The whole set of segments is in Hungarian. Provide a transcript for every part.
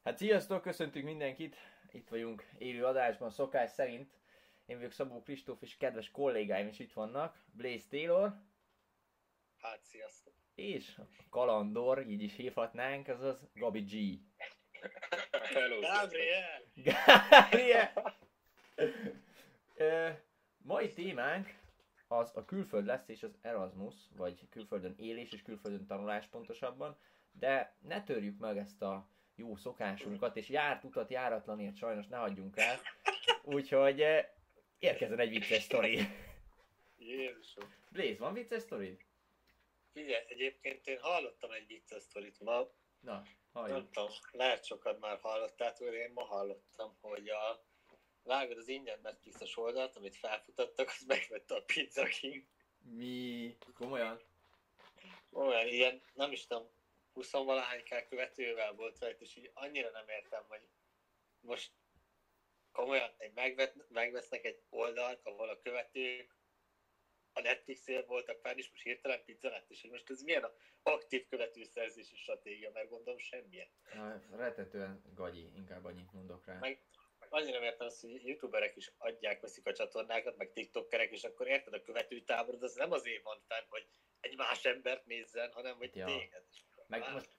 Hát sziasztok, köszöntünk mindenkit! Itt vagyunk élő adásban, szokás szerint. Én vagyok Szabó Kristóf, és kedves kollégáim is itt vannak. Blaze Taylor. Hát sziasztok! És Kalandor, így is hívhatnánk, azaz Gabi G. Hello! Gabriel! Gabriel! Mai témánk az a külföld lesz, és az Erasmus, vagy külföldön élés és külföldön tanulás pontosabban. De ne törjük meg ezt a jó szokásunkat, és járt utat járatlanért sajnos ne hagyjunk el. Úgyhogy érkezzen egy vicces sztori. Jézusom! Blaze, van vicces sztorid? Figyelj, egyébként én hallottam egy vicces sztorit ma. Na, Nem halljuk. tudom, lehet sokat már hallottátok, de én ma hallottam, hogy vágod az ingyen Netflixes oldalt, amit felfutattak, az megvette a Pizza King. Mi? Komolyan? Olyan ilyen, nem is tudom, 20-valahány követővel volt rajta, és így annyira nem értem, hogy most komolyan megvesznek egy oldalt, ahol a követők a Netflixnél voltak fenn, és most hirtelen pizza lett, és hogy most ez milyen aktív követőszerzési stratégia, mert gondolom semmilyen. Retetően gagyi, inkább annyit mondok rá. Meg annyira nem értem azt, hogy youtuberek is veszik a csatornákat, meg tiktokerek, és akkor érted, a követőtáborod, az nem azért van fenn, hogy egy más embert nézzen, hanem hogy téged. Meg most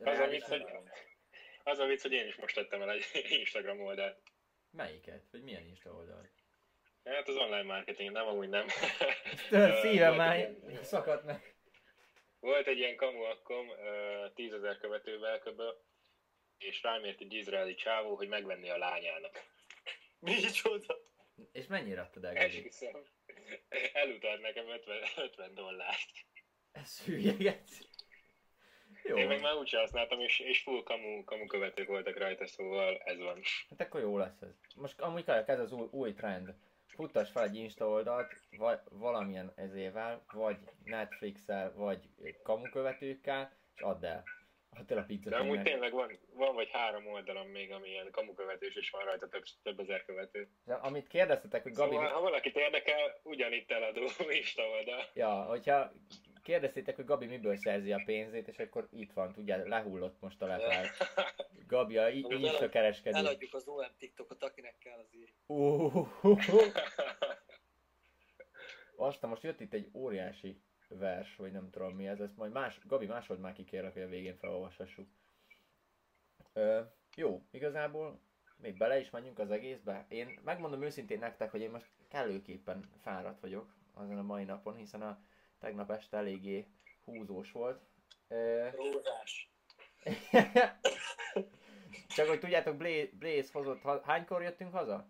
az a vicc, hogy én is most tettem el egy Instagram oldalt. Melyiket? Vagy milyen Insta oldalt? Hát az online marketing, nem, amúgy nem. Szívem már szakadt meg. Volt egy ilyen kamu akkom, 10 000 követővel kb. És rám ért egy izraeli csávó, hogy megvenni a lányának. Micsoda? És mennyire adtad el, Gabi? Esküszöm. Elutalt nekem $50. Ez hülyegetsz. Jó. Én meg már úgyse használtam, és full kamu követők voltak rajta, szóval ez van. Hát akkor jó lesz ez. Most amúgy ez az új trend. Futtass fel egy Insta oldalt, vagy valamilyen ezével, vagy Netflix-el, vagy kamukövetőkkel, és add el. Add el a Pizza De amúgy Kingnek. tényleg van vagy 3 oldalon még, ami ilyen kamukövetős, és van rajta több ezer követő. De amit kérdeztetek, hogy Gabi... Szóval, ha valakit érdekel, ugyanitt eladó Insta oldal. Ja, hogyha kérdeztétek, hogy Gabi miből szerzi a pénzét, és akkor itt van, tudjátok, lehullott most a lepel. Gabi a Insta kereskedő. Eladjuk az OM TikTokot, akinek kell az így. Aztán most jött itt egy óriási vers, vagy nem tudom mi ez, ezt majd Gabi másod már kikérlek, hogy a végén felolvashassuk. Jó, igazából még bele is menjünk az egészbe. Én megmondom őszintén nektek, hogy én most kellőképpen fáradt vagyok azon a mai napon, hiszen a tegnap este eléggé húzós volt. Rózsás. Csak hogy tudjátok, Blaze hozott, hánykor jöttünk haza?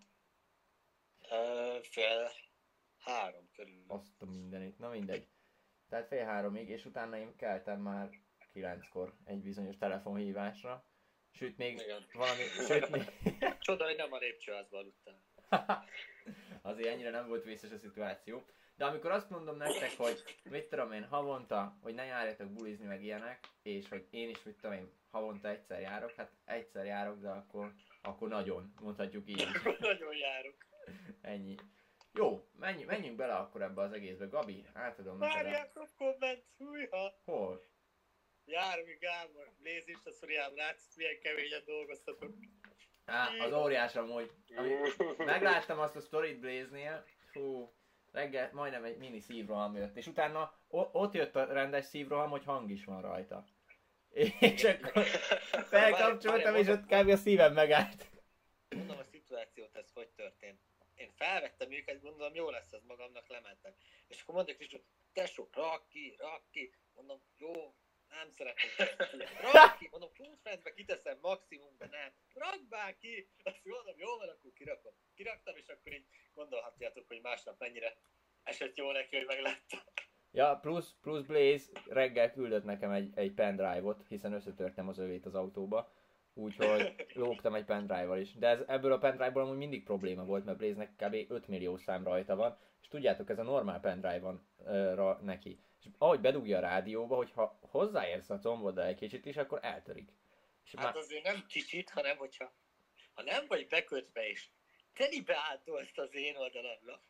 2:30 körül. Azt a mindenit, na mindegy. Tehát 2:30-ig, és utána én keltem már 9-kor egy bizonyos telefonhívásra. Sőt még Igen. valami, Csoda, hogy nem a lépcsőházba aludtál. azért ennyire nem volt vészes a szituáció. De amikor azt mondom nektek, hogy mit tudom én havonta, hogy ne járjatok bulizni meg ilyenek, és hogy én is mit tudom én havonta egyszer járok, hát egyszer járok, de akkor nagyon, mondhatjuk így. Nagyon járok. Ennyi. Jó, menjünk bele akkor ebbe az egészbe. Gabi, átadom neked. Várjátok, komment, hújha! Hol? Jármi Gábor, Blaze Insta sztoriám, látsz, milyen keményen dolgoztatok. Az óriás amúgy. Megláttam azt a sztorit Blaze-nél, fú, reggel majdnem egy mini szívroham jött, és utána ott jött a rendes szívroham, hogy hang is van rajta. És akkor felkapcsoltam, és ott kb. A szívem megállt. Mondom a szituációt, ez hogy történt. Én felvettem őket, gondolom jó lesz ez, magamnak lementem. És akkor mondják is, hogy tesó, rak ki. Mondom, jó, nem szeretnék. Rak ki, mondom, csúcsfencbe kiteszem maximum, de nem. Rak már ki! Azt mondom, jó van, akkor kirakom. Kiraktam, és akkor így gondolhatjátok, hogy másnap mennyire esett jó neki, hogy meglettem. Ja, plusz Blaze reggel küldött nekem egy pendrive-ot, hiszen összetörtem az övét az autóba. Úgyhogy lógtam egy pendrive-val is. De ebből a pendrive-ból amúgy mindig probléma volt, mert Blaze-nek kb. 5 millió szám rajta van. És tudjátok, ez a normál pendrive van neki. És ahogy bedugja a rádióba, hogyha hozzáérsz a comboddal egy kicsit is, akkor eltörik. És Hát azért nem kicsit, hanem ha nem vagy bekötve is, telibe átolsz az én oldalamra,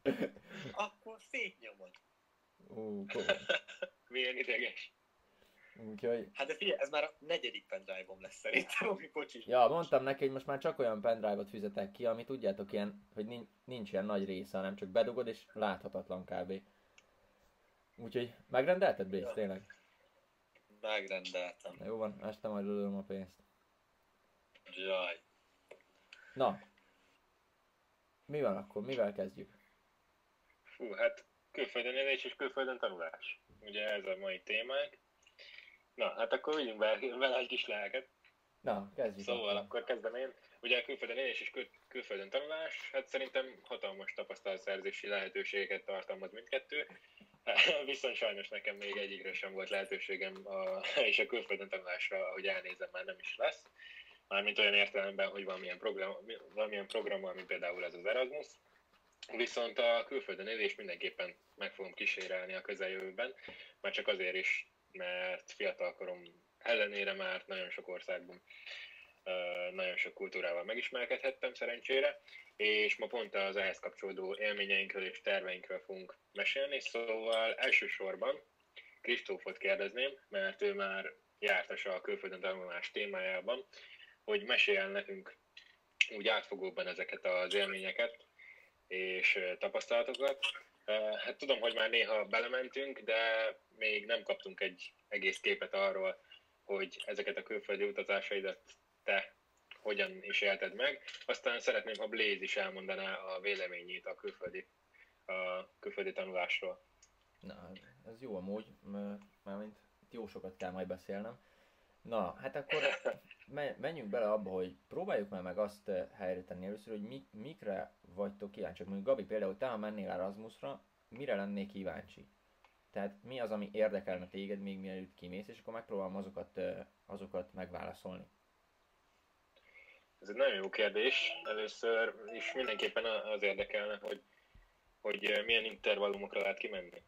akkor szétnyomod. Cool. Milyen ideges. Úgyhogy... Hát de figyelj, ez már a 4. pendrive-om lesz szerintem, ami kocsis. Ja, mondtam neki, hogy most már csak olyan pendrive-ot fizetek ki, ami tudjátok ilyen, hogy nincs ilyen nagy része, hanem csak bedugod és láthatatlan kb. Úgyhogy megrendelted, Blaze, Ja. tényleg? Megrendeltem. Na jó van, este majd lőlöm a pénzt. Jaj. Na, mi van akkor? Mivel kezdjük? Fú, hát külföldön élés és külföldön tanulás. Ugye ez a mai témánk. Na, hát akkor vigyünk vele egy kis lelket. Na, kezdjük Szóval akkor kezdem én. Ugye a külföldön élés és külföldön tanulás, hát szerintem hatalmas tapasztalatszerzési lehetőségeket tartalmaz mindkettő. Viszont sajnos nekem még egyikre sem volt lehetőségem, és a külföldön tanulásra, ahogy elnézem, már nem is lesz. Mármint olyan értelemben, hogy valamilyen program, ami például ez az Erasmus. Viszont a külföldön élés mindenképpen meg fogom kísérelni a közeljövőben, már csak azért is, mert fiatalkorom ellenére már nagyon sok országban, nagyon sok kultúrával megismerkedhettem szerencsére, és ma pont az ehhez kapcsolódó élményeinkről és terveinkről fogunk mesélni, szóval elsősorban Kristófot kérdezném, mert ő már jártas a külföldön tanulás témájában, hogy meséljen nekünk úgy átfogóban ezeket az élményeket és tapasztalatokat. Hát tudom, hogy már néha belementünk, de még nem kaptunk egy egész képet arról, hogy ezeket a külföldi utazásaidat te hogyan is élted meg. Aztán szeretném, ha Blaze is elmondaná a véleményét a külföldi tanulásról. Na, ez jó amúgy, mármint jó sokat kell majd beszélnem. Na, hát akkor menjünk bele abba, hogy próbáljuk meg azt helyre tenni először, hogy mikre vagytok kíváncsiak. Mondjuk Gabi, például te, ha mennél Erasmusra, mire lennék kíváncsi? Tehát mi az, ami érdekelne téged még mielőtt kimész, és akkor megpróbálom azokat megválaszolni. Ez egy nagyon jó kérdés. Először is mindenképpen az érdekelne, hogy milyen intervallumokra lehet kimenni.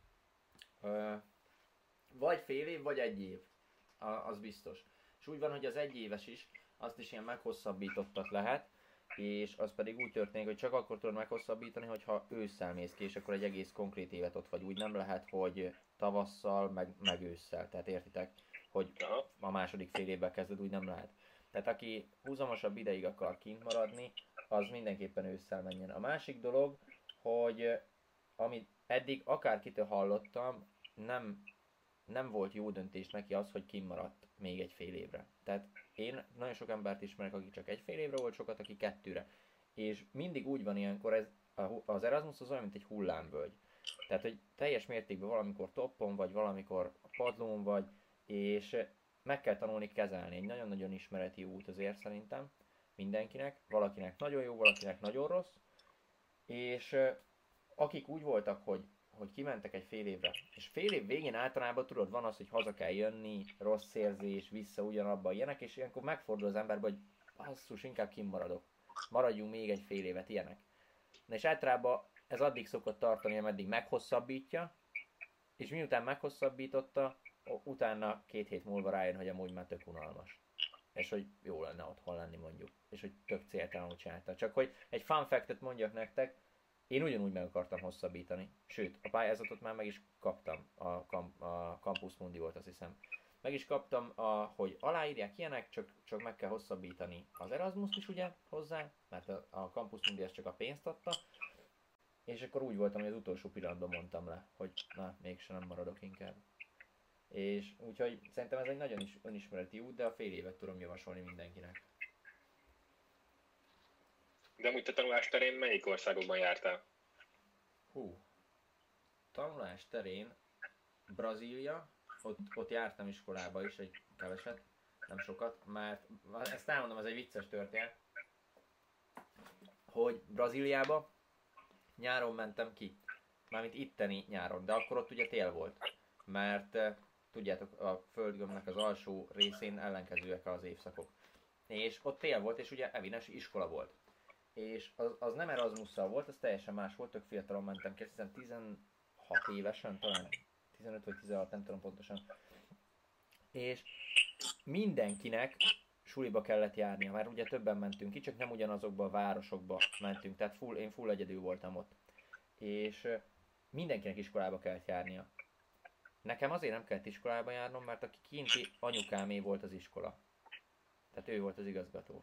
Vagy fél év, vagy egy év. Az biztos. És úgy van, hogy az egyéves is, azt is ilyen meghosszabbítottat lehet, és az pedig úgy történik, hogy csak akkor tudod meghosszabbítani, hogyha ősszel mész ki, és akkor egy egész konkrét évet ott vagy. Úgy nem lehet, hogy tavasszal, meg ősszel. Tehát értitek, hogy a második fél évben kezded, úgy nem lehet. Tehát aki húzamosabb ideig akar kint maradni, az mindenképpen ősszel menjen. A másik dolog, hogy amit eddig akárkitől hallottam, nem volt jó döntés neki az, hogy kimaradt még egy fél évre. Tehát én nagyon sok embert ismerek, aki csak egy fél évre volt, sokat, aki 2-re. És mindig úgy van ilyenkor, az Erasmus az olyan, mint egy hullámvölgy. Tehát, hogy teljes mértékben valamikor toppon vagy, valamikor padlón vagy, és meg kell tanulni kezelni. Egy nagyon-nagyon ismereti út azért szerintem mindenkinek. Valakinek nagyon jó, valakinek nagyon rossz. És akik úgy voltak, hogy kimentek egy fél évre, és fél év végén általában tudod, van az, hogy haza kell jönni, rossz érzés, vissza ugyanabba ilyenek, és ilyenkor megfordul az emberbe, hogy basszus, inkább kimaradok. Maradjunk még egy fél évet, ilyenek. Na és általában ez addig szokott tartani, ameddig meghosszabbítja, és miután meghosszabbította, utána 2 hét múlva rájön, hogy amúgy már tök unalmas. És hogy jó lenne otthon lenni mondjuk. És hogy tök céltalanul csinálta. Csak hogy egy fun fact-et mondjak nektek, én ugyanúgy meg akartam hosszabbítani. Sőt, a pályázatot már meg is kaptam. A Campus Mundi volt, azt hiszem. Meg is kaptam, hogy aláírják ilyenek, csak meg kell hosszabbítani az Erasmus is ugye hozzá, mert a Campus Mundi ezt csak a pénzt adta. És akkor úgy voltam, hogy az utolsó pillanatban mondtam le, hogy na, mégsem nem maradok inkább. És úgyhogy szerintem ez egy nagyon is önismereti út, de a fél évet tudom javasolni mindenkinek. De amúgy te tanulás terén melyik országokban jártál? Tanulás terén Brazília, ott jártam iskolába is egy keveset, nem sokat, mert ezt elmondom, ez egy vicces történet, hogy Brazíliába nyáron mentem ki, mármint itteni nyáron, de akkor ott ugye tél volt, mert tudjátok, a földgömbnek az alsó részén ellenkezőek az évszakok. És ott tél volt, és ugye evines iskola volt. És az nem Erasmusszal volt, az teljesen más volt, tök fiatalon mentem ki, hiszen 16 évesen, talán 15 vagy 16, nem tudom pontosan. És mindenkinek suliba kellett járnia, mert ugye többen mentünk ki, csak nem ugyanazokba a városokba mentünk, tehát én full egyedül voltam ott. És mindenkinek iskolába kellett járnia. Nekem azért nem kellett iskolába járnom, mert aki kinti anyukámé volt az iskola. Tehát ő volt az igazgató.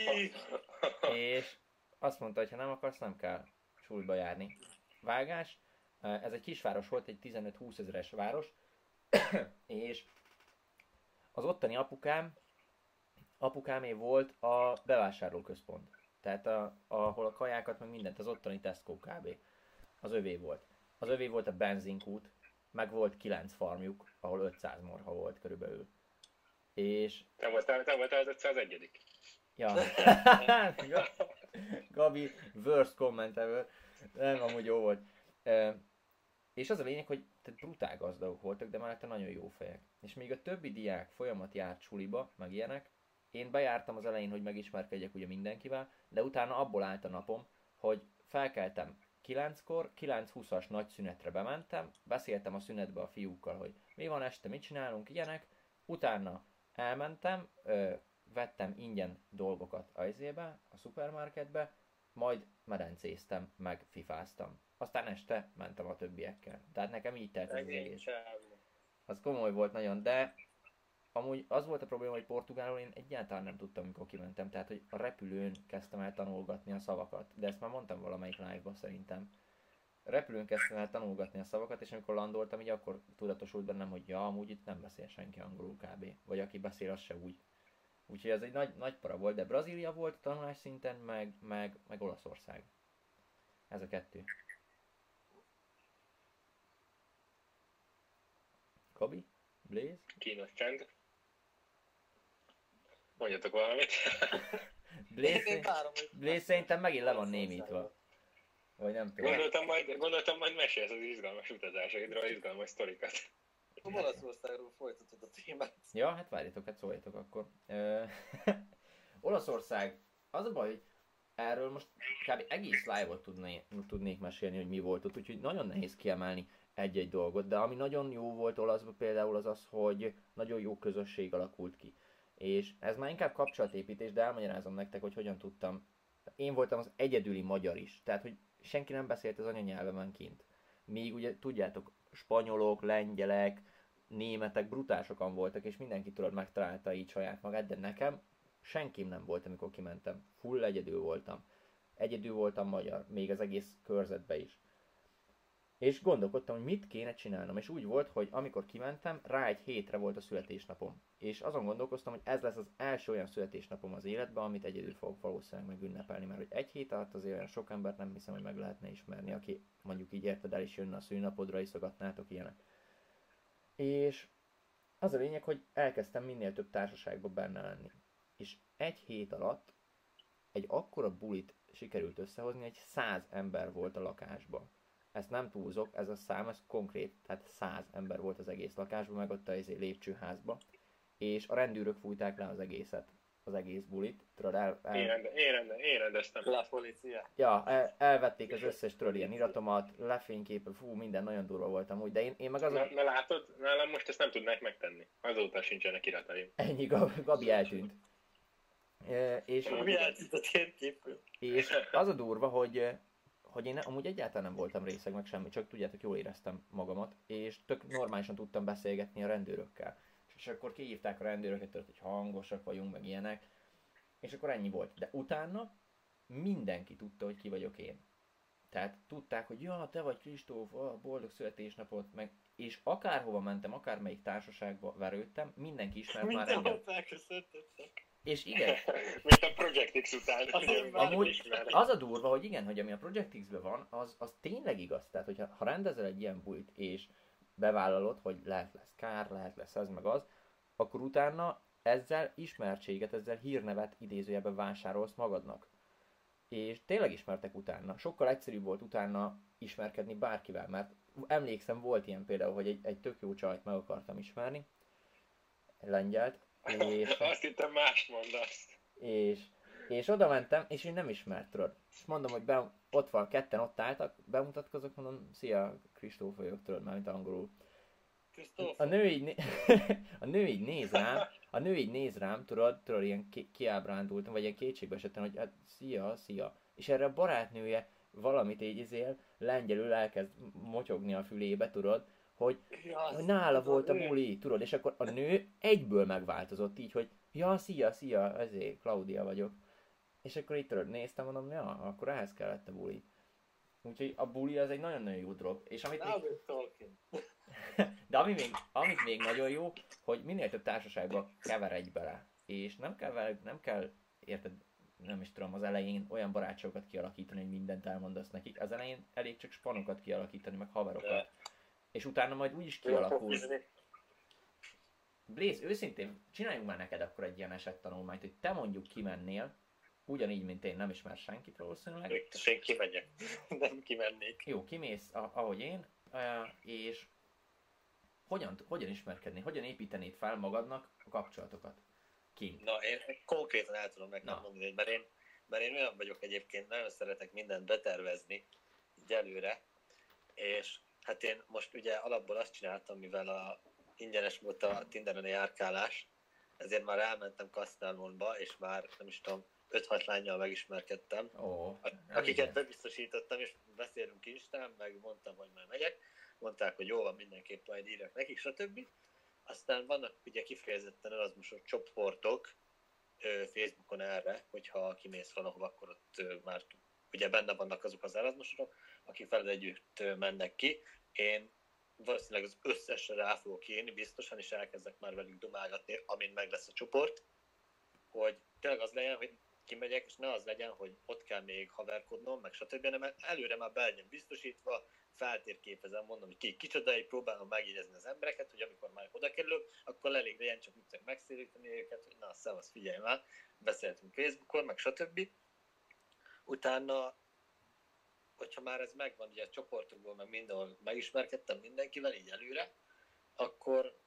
És azt mondta, hogy ha nem akarsz, nem kell suliba járni. Vágás, ez egy kisváros volt, egy 15-20 ezeres város, és az ottani apukámé volt a bevásárlóközpont. Tehát ahol a kajákat, meg mindent, az ottani Tesco kb. Az övé volt. Az övé volt a benzinkút, meg volt 9 farmjuk, ahol 500 marha volt körülbelül. És... Te voltál az 501. Ja. Gabi, worst comment ever. Nem, amúgy jó volt. És az a lényeg, hogy brutál gazdagok voltak, de mellette nagyon jó fejek. És még a többi diák folyamat járt suliba, meg ilyenek. Én bejártam az elején, hogy megismerkedjek ugye mindenkivel, de utána abból állt a napom, hogy felkeltem 9-kor, 9:20-as nagy szünetre bementem, beszéltem a szünetbe a fiúkkal, hogy mi van este, mit csinálunk, ilyenek. Utána elmentem, vettem ingyen dolgokat a szupermarketbe, majd medencéztem, meg fifáztam. Aztán este mentem a többiekkel. Tehát nekem így telt az egész. Az komoly volt nagyon, de amúgy az volt a probléma, hogy portugálul én egyáltalán nem tudtam, amikor kimentem. Tehát, hogy a repülőn kezdtem el tanulgatni a szavakat. De ezt már mondtam valamelyik live-ba szerintem. A repülőn kezdtem el tanulgatni a szavakat, és amikor landoltam, így akkor tudatosult bennem, hogy ja, amúgy itt nem beszél senki angolul kb. Vagy aki beszél, az se úgy. Úgyhogy ez egy nagy para volt, de Brazília volt tanulás szinten, meg Olaszország. Ez a kettő. Kabi? Blaze? Kínos csend. Mondjatok valamit. Blaze szerintem megint le van némítva. Vagy nem tudom. Gondoltam majd mesélsz az izgalmas utazásaidról, izgalmas sztorikat. Olaszországról folytatod a témát. Ja, hát várjatok, hát szóljatok akkor. Olaszország, az a baj, hogy erről most kb. Egész live-ot tudnék mesélni, hogy mi volt ott, úgyhogy nagyon nehéz kiemelni egy-egy dolgot, de ami nagyon jó volt olaszban például az, hogy nagyon jó közösség alakult ki. És ez már inkább kapcsolatépítés, de elmagyarázom nektek, hogy hogyan tudtam. Én voltam az egyedüli magyar is, tehát hogy senki nem beszélt az anyanyelvemen kint. Míg ugye tudjátok, spanyolok, lengyelek, németek brutál sokan voltak, és mindenki tudod megtalálta így saját magát, de nekem senkim nem volt, amikor kimentem. Full egyedül voltam. Egyedül voltam magyar, még az egész körzetbe is. És gondolkodtam, hogy mit kéne csinálnom, és úgy volt, hogy amikor kimentem, rá egy hétre volt a születésnapom. És azon gondolkoztam, hogy ez lesz az első olyan születésnapom az életben, amit egyedül fogok valószínűleg megünnepelni, mert hogy egy hét alatt azért olyan sok embert nem hiszem, hogy meg lehetne ismerni, aki mondjuk így érted el is jönne a szülinapodra, iszogatnátok ilyenek. És az a lényeg, hogy elkezdtem minél több társaságban benne lenni. És egy hét alatt egy akkora bulit sikerült összehozni, hogy 100 ember volt a lakásban. Ezt nem túlzok, ez a szám, ez konkrét, tehát 100 ember volt az egész lakásban, meg ott a lépcsőházban. És a rendőrök fújták le az egészet, az egész bulit. Tudod, Én rendeztem. La policia. Ja, elvették az összes tudod, ilyen iratomat, lefényképe, minden nagyon durva voltam úgy, de én meg azon... Na látod, nálam most ezt nem tudnák megtenni. Azóta sincsenek irataim. Ennyi, Gabi eltűnt. Gabi eltűnt a térképről. És az a durva, hogy én amúgy egyáltalán nem voltam részeg, meg semmi, csak tudjátok, jól éreztem magamat, és tök normálisan tudtam beszélgetni a rendőrökkel. És akkor kihívták a rendőröket, hogy hangosak vagyunk, meg ilyenek, és akkor ennyi volt. De utána mindenki tudta, hogy ki vagyok én. Tehát tudták, hogy ja, te vagy Kristóf, boldog születésnapot, meg... És akárhova mentem, akármelyik társaságba verődtem, mindenki ismert már engem. És igen. Mint a Project X után. Amúgy az a durva, hogy igen, hogy ami a Project X-ben van, az tényleg igaz. Tehát, hogyha rendezel egy ilyen bulit, és bevállalod, hogy lehet lesz kár, lehet lesz ez meg az, akkor utána ezzel ismertséget, ezzel hírnevet idézőjelben vásárolsz magadnak. És tényleg ismertek utána. Sokkal egyszerűbb volt utána ismerkedni bárkivel, mert emlékszem, volt ilyen például, hogy egy tök jó csajt meg akartam ismerni, lengyelt, és... Azt hittem mást mondasz. És oda mentem, és én nem ismert, tudod. És mondom, hogy ott van, ketten ott álltak, bemutatkozok, mondom, szia, Kristóf vagyok, tudod, mármint angolul. A nő így néz rám, tudod, ilyen kiábrándultam, vagy ilyen kétségbe esettem, hogy hát szia. És erre a barátnője valamit így lengyelül elkezd motyogni a fülébe, tudod, hogy nála volt a buli, tudod, és akkor a nő egyből megváltozott így, hogy ja, szia, ezért Claudia vagyok. És akkor itt tudod, néztem, mondom, ja, akkor ehhez kellett a buli. Úgyhogy a buli az egy nagyon-nagyon jó dolog. És amit de amit még nagyon jó, hogy minél több társaságba keveredj bele. És nem kell, érted, nem is tudom, az elején olyan barátságokat kialakítani, hogy mindent elmondasz nekik. Az elején elég csak spanokat kialakítani, meg haverokat. És utána majd úgyis kialakul. Blaze, őszintén, csináljunk már neked akkor egy ilyen esettanulmányt, hogy te mondjuk kimennél, ugyanígy, mint én, nem ismer senkit valószínűleg. Én kimegyek, nem kimennék. Jó, kimész, ahogy én, és hogyan ismerkednél, hogyan építenéd fel magadnak a kapcsolatokat kint? Na, én konkrétan el tudom mondani, mert én olyan vagyok egyébként, nagyon szeretek mindent betervezni így előre, és hát én most ugye alapból azt csináltam, mivel ingyenes volt a Tinderen a járkálás, ezért már elmentem Kastelmonba, és már nem is tudom, 5-6 lánnyal megismerkedtem, akiket bebiztosítottam, és beszélünk Instán, meg mondtam, hogy majd megyek, mondták, hogy jó van, mindenképp majd írjak nekik, stb. Aztán vannak ugye kifejezetten Erasmusos csoportok Facebookon erre, hogyha kimész valahova, akkor ott már ugye benne vannak azok az Erasmusosok, akik veled együtt mennek ki. Én valószínűleg az összesre rá fogok írni, biztosan, és elkezdek már velük dumálgatni, amint meg lesz a csoport, hogy tényleg az legyen, hogy kimegyek, és ne az legyen, hogy ott kell még haverkodnom, meg stb., hanem előre már be legyen biztosítva, feltérképezem, mondom, hogy kicsodáig próbálom megjegyezni az embereket, hogy amikor már oda kerülök, akkor elég legyen csak úgy megszólítani őket, hogy na, szevasz, figyelj már, beszéltünk Facebookon, meg stb. Utána, hogyha már ez megvan, ugye a csoportokból, meg mindenhol megismerkedtem mindenkivel így előre, akkor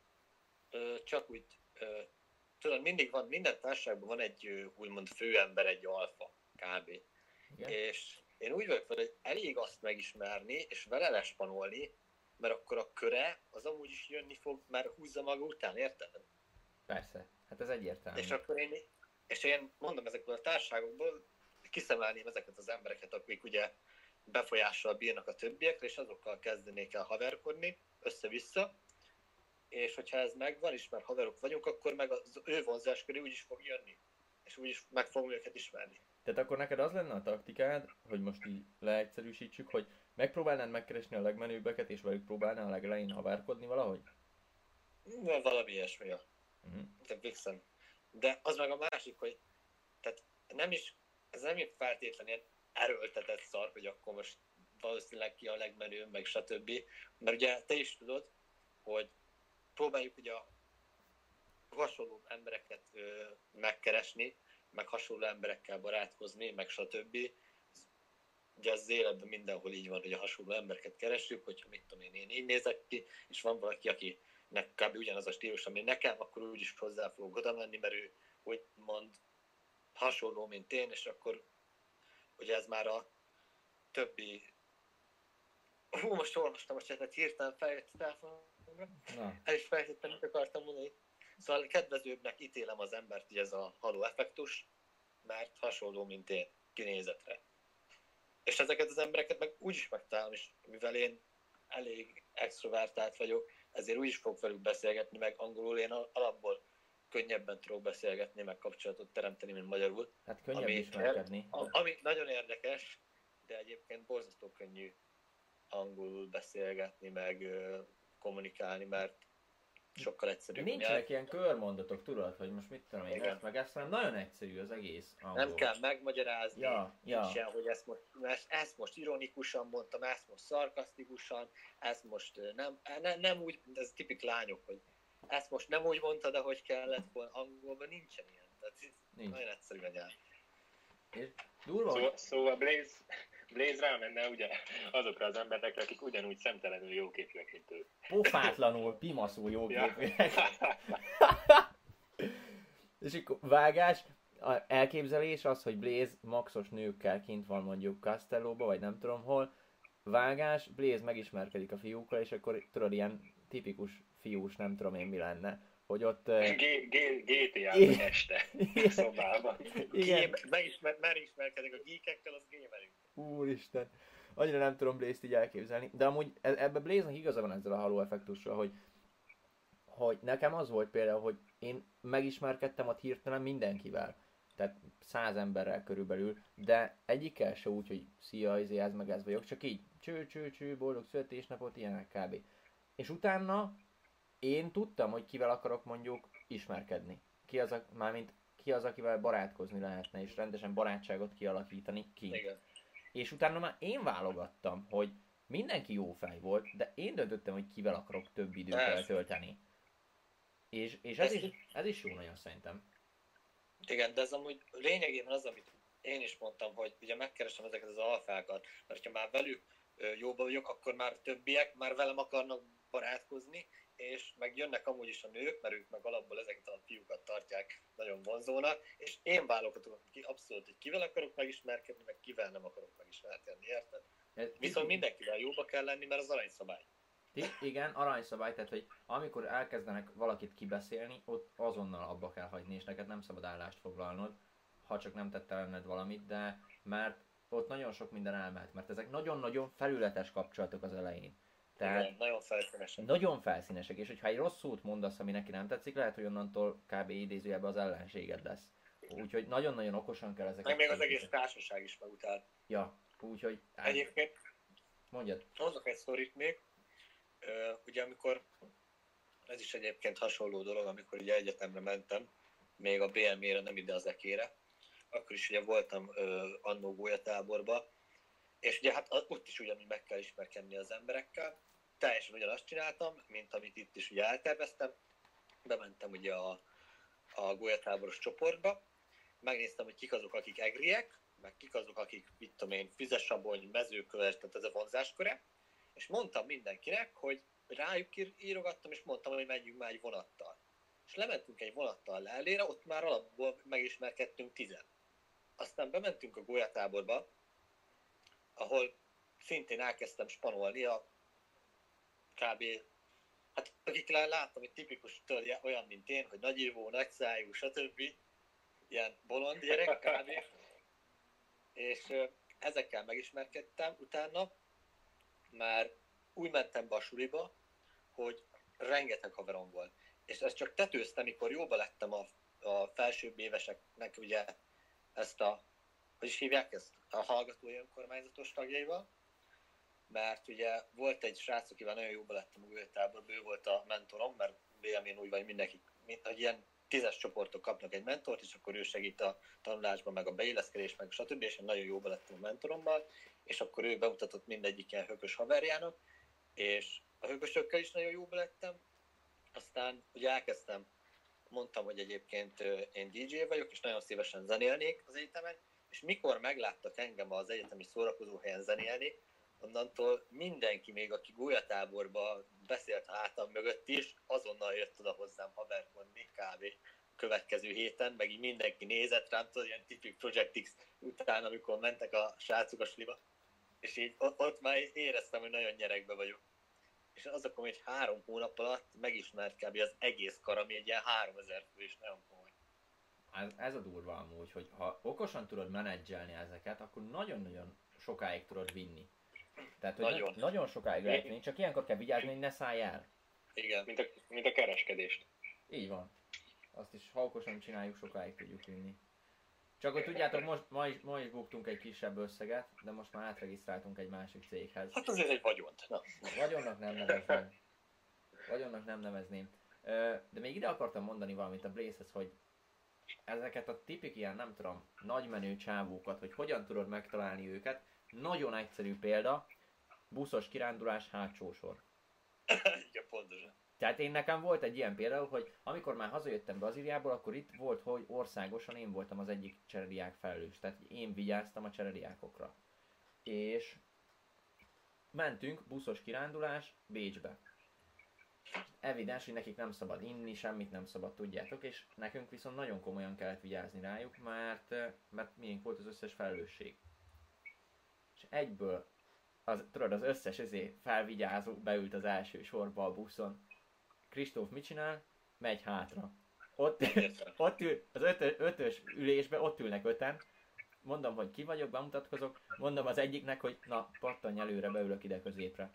csak úgy, tudod, mindig van, minden társaságban van egy úgymond főember, egy alfa, kb. Igen. És én úgy vagyok fel, hogy elég azt megismerni, és vele lespanolni, mert akkor a köre az amúgy is jönni fog, mert húzza maga után, érted? Persze, hát ez egyértelmű. És akkor én mondom, ezekből a társaságokból kiszemelném ezeket az embereket, akik ugye befolyással bírnak a többiekre, és azokkal kezdenék el haverkodni, össze-vissza, és hogyha ez megvan, és már haverok vagyunk, akkor meg az ő vonzásköré úgy is fog jönni, és úgy is meg fogom őket ismerni. Tehát akkor neked az lenne a taktikád, hogy most így leegyszerűsítsük, hogy megpróbálnád megkeresni a legmenőbbeket, és velük próbálnál a legelején havárkodni valahogy? Valami ilyesmi, ja. Uh-huh. De az meg a másik, hogy tehát ez nem így feltétlenül ilyen erőltetett szar, hogy akkor most valószínűleg ki a legmenőbb, meg stb. Mert ugye te is tudod, hogy próbáljuk ugye a hasonló embereket megkeresni, meg hasonló emberekkel barátkozni, meg stb. Ugye az életben mindenhol így van, hogy a hasonló embereket keresünk, hogyha mit tudom én így nézek ki, és van valaki, akinek kb. Ugyanaz a stílus, ami nekem, akkor úgyis hozzá fogok oda menni, mert ő úgymond hasonló, mint én, és akkor ugye ez már a többi... most olvastam a csetet, hirtelen feljött a telefonomra, el is felejtettem, mit akartam mondani. Szóval kedvezőbbnek ítélem az embert, hogy ez a haló effektus, mert hasonló, mint én, kinézetre. És ezeket az embereket meg úgyis megtalálom, és mivel én elég extrovertált vagyok, ezért úgyis fogok velük beszélgetni, meg angolul én alapból könnyebben tudok beszélgetni, meg kapcsolatot teremteni, mint magyarul. Hát könnyebb ismerkedni. Ami nagyon érdekes, de egyébként borzasztó könnyű angolul beszélgetni, meg kommunikálni, mert sokkal egyszerűbb. Nincsenek ilyen körmondatok, tudod, hogy most mit tudom én, ezt meg ezt, hanem nagyon egyszerű az egész angol. Nem kell megmagyarázni, nincsen, hogy ezt most ironikusan mondtam, ezt most szarkasztikusan, ezt most nem úgy, ez tipik lányok, hogy ezt most nem úgy mondtad, ahogy kellett volna, angolban nincsen ilyen, tehát nagyon egyszerű a nyelv. Szóval Blaze rámenne ugye azokra az emberekre, akik ugyanúgy szemtelenül jóképűek, mint ő. Pofátlanul, pimaszul jóképűek. És akkor vágás, elképzelés az, hogy Blaze maxos nőkkel kint van mondjuk Castellóba, vagy nem tudom hol. Vágás, Blaze megismerkedik a fiúkkal, és akkor tudod, ilyen tipikus fiús, nem tudom én mi lenne. Hogy ott... GTA-ban este szobában. Megismerkedik a geekekkel, az gamerünk. Úristen. annyira nem tudom Blaze-t így elképzelni. De amúgy ebbe Blaze-nek igaza van ezzel a Halo effektussal, hogy nekem az volt például, hogy én megismerkedtem ott hirtelen mindenkivel. Tehát 100 emberrel körülbelül, de egyikkel se úgy, hogy szia, ez meg ez vagyok, csak így cső, boldog születésnapot, ilyenek kb. És utána én tudtam, hogy kivel akarok mondjuk ismerkedni. Ki az, akivel barátkozni lehetne, és rendesen barátságot kialakítani kint. Igen. És utána már én válogattam, hogy mindenki jó fej volt, de én döntöttem, hogy kivel akarok több időt eltölteni. És ez is jó nagyon szerintem. Igen, de ez amúgy lényegében az, amit én is mondtam, hogy ugye megkeresem ezeket az alfákat, mert ha már velük jóba vagyok, akkor már többiek már velem akarnak barátkozni, és meg jönnek amúgy is a nők, mert ők meg alapból ezeket a fiúkat tartják nagyon vonzónak, és én válogatok ki abszolút, hogy kivel akarok megismerkedni, meg kivel nem akarok megismerkedni, érted? Viszont mindenkivel jóba kell lenni, mert az aranyszabály. Igen, aranyszabály, tehát hogy amikor elkezdenek valakit kibeszélni, ott azonnal abba kell hagyni, és neked nem szabad állást foglalnod, ha csak nem tette ellenned valamit, de mert ott nagyon sok minden elmehet, mert ezek nagyon-nagyon felületes kapcsolatok az elején. Tehát igen, nagyon felszínesek. Nagyon felszínesek, és hogyha egy rossz szót mondasz, ami neki nem tetszik, lehet, hogy onnantól kb. Idézőjelben az ellenséged lesz. Úgyhogy nagyon-nagyon okosan kell ezeket... Meg még az egész társaság is megutál. Ja, úgyhogy... Egyébként... Mondjad. Hozok egy sztorit még. Ugye amikor... Ez is egyébként hasonló dolog, amikor ugye egyetemre mentem, még a BME-re, nem ide az ekére. Akkor is ugye voltam annó gólyatáborba, és ugye hát ott is ugyanúgy meg kell ismerkedni az emberekkel. Teljesen ugyanazt csináltam, mint amit itt is ugye elterveztem. Bementem ugye a gólyatáboros csoportba, megnéztem, hogy kik azok, akik egriek, meg kik azok, akik, mit tudom én, Füzesabony, Mezőköves, tehát ez a vonzásköre, és mondtam mindenkinek, hogy rájuk írogattam, és mondtam, hogy menjünk már egy vonattal. És lementünk egy vonattal Lellére, ott már alapból megismerkedtünk 10. Aztán bementünk a gólyatáborba, ahol szintén elkezdtem spanolni a kb. Hát akik láttam, hogy tipikus olyan, mint én, hogy nagyívó, nagyszájú, stb. Ilyen bolond gyerek kb. És ezekkel megismerkedtem utána, már úgy mentem be a suliba, hogy rengeteg haverom volt. És ezt csak tetőztem, mikor jóba lettem a felsőbb éveseknek ugye ezt hogy is hívják ezt? A hallgatói önkormányzatos tagjaival, mert ugye volt egy srác, akivel nagyon jóba lettem a gólyatáborban, ő volt a mentorom, mert BM-én úgy vagy mindenki, hogy ilyen 10-es csoportok kapnak egy mentort, és akkor ő segít a tanulásban, meg a beilleszkedés, meg stb. És én nagyon jóba lettem a mentorommal, és akkor ő bemutatott mindegyik ilyen hökös haverjának, és a hökösökkel is nagyon jóba lettem. Aztán ugye elkezdtem, mondtam, hogy egyébként én DJ vagyok, és nagyon szívesen zenélnék az egyetemen, és mikor megláttak engem az egyetemi szórakozóhelyen zenélni, onnantól mindenki, még aki gólyatáborba beszélt hátam mögött is, azonnal jött oda hozzám haverkodni kb. Következő héten, meg így mindenki nézett rám, tudod, ilyen tipik Project X után, amikor mentek a srácok a suliba, és így ott már éreztem, hogy nagyon nyeregbe vagyok. És az akkor még 3 hónap alatt megismert kb. Az egész kar, ami egy ilyen 3000 fő, és nagyon komoly. Ez a durva amúgy, hogy ha okosan tudod menedzselni ezeket, akkor nagyon-nagyon sokáig tudod vinni. Tehát, hogy nagyon sokáig lehet vinni, csak ilyenkor kell vigyázni, hogy ne szállj el. Igen. Mint a kereskedést. Így van. Azt is, ha okosan csináljuk, sokáig tudjuk vinni. Csak hogy tudjátok, ma is buktunk egy kisebb összeget, de most már átregisztráltunk egy másik céghez. Hát azért egy vagyont. Na. Vagyonnak nem nevezném. De még ide akartam mondani valamit a Blaze-hez, hogy ezeket a tipik ilyen, nem tudom, nagymenő csávókat, hogy hogyan tudod megtalálni őket. Nagyon egyszerű példa, buszos kirándulás, hátsó sor. Igen, pontosan. Tehát nekem volt egy ilyen például, hogy amikor már hazajöttem Brazíliából, akkor itt volt, hogy országosan én voltam az egyik cserediák felelős. Tehát én vigyáztam a cserediákokra. És mentünk, buszos kirándulás Bécsbe. Evidens, hogy nekik nem szabad inni, semmit nem szabad, tudjátok, és nekünk viszont nagyon komolyan kellett vigyázni rájuk, mert miénk volt az összes felelősség. És egyből az összes felvigyázó beült az első sorba a buszon. Kristóf mit csinál? Megy hátra. Ott ül, az ötös ülésbe, ott ülnek 5-en, mondom, hogy ki vagyok, bemutatkozok, mondom az egyiknek, hogy na, pattanj előre, beülök ide középre.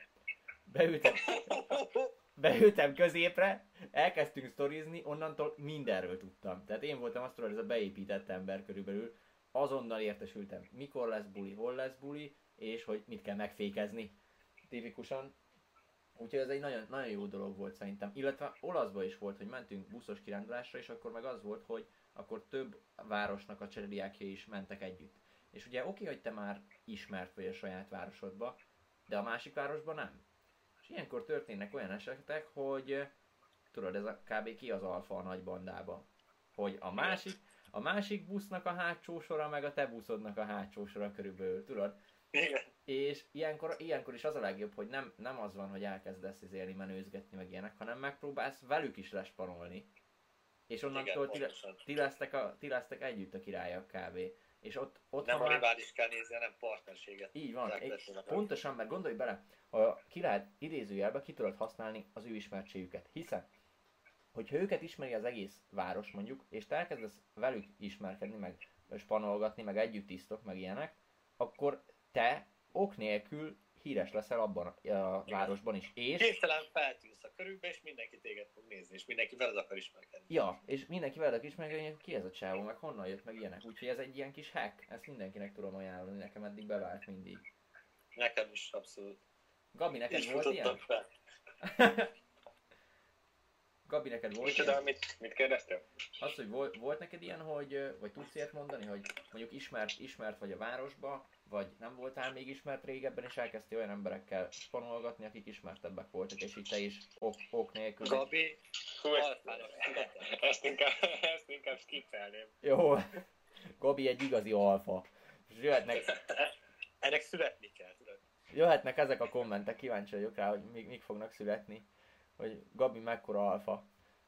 Beültem középre, elkezdtünk sztorizni, onnantól mindenről tudtam. Tehát én voltam azt ez a beépített ember körülbelül, azonnal értesültem, mikor lesz buli, hol lesz buli, és hogy mit kell megfékezni. Tipikusan. Úgyhogy ez egy nagyon, nagyon jó dolog volt szerintem. Illetve olaszban is volt, hogy mentünk buszos kirándulásra, és akkor meg az volt, hogy akkor több városnak a cserediákjai is mentek együtt. És ugye oké, hogy te már ismert vagy a saját városodba, de a másik városban nem. És ilyenkor történnek olyan esetek, hogy tudod, ez a kb. Ki az alfa a nagy bandába. Hogy a másik busznak a hátsó sora, meg a te buszodnak a hátsó sora körülbelül, tudod? Igen. És ilyenkor is az a legjobb, hogy nem az van, hogy elkezdesz élni, menőzgetni, meg ilyenek, hanem megpróbálsz velük is lespanolni. És onnantól ti lesztek együtt a királyok kb. És ott nem a rivális kell nézni, hanem partnerséget. Így van, pontosan, mert gondolj bele, a király idézőjelben ki tudod használni az ő ismertségüket, hiszen hogyha őket ismeri az egész város mondjuk, és te elkezdesz velük ismerkedni, meg spanolgatni, meg együtt isztok, meg ilyenek, akkor te ok nélkül híres leszel abban a városban is. És hirtelen feltűnsz a körükbe, és mindenki téged fog nézni, és mindenki veled akar ismerkedni. Ja, és mindenki veled akar ismerkedni, hogy ki ez a csávó, meg honnan jött, meg ilyenek. Úgyhogy ez egy ilyen kis hack, ezt mindenkinek tudom ajánlani, nekem eddig bevált mindig. Nekem is abszolút. Gabi, neked volt ilyen? Gabi, neked volt ilyen? Mit kérdeztél? Az, hogy volt neked ilyen, vagy tudsz ilyet mondani, hogy mondjuk ismert vagy a városba, vagy nem voltál még ismert régebben, és elkezdtél olyan emberekkel spanolgatni, akik ismertebbek voltak, és így te is ok nélkül. Gabi, ezt inkább skippelném. Jó, Gabi egy igazi alfa. És ennek születni kell, tudod. Jöhetnek ezek a kommentek, kíváncsi vagyok rá, hogy mik fognak születni. Hogy Gabi mekkora alfa.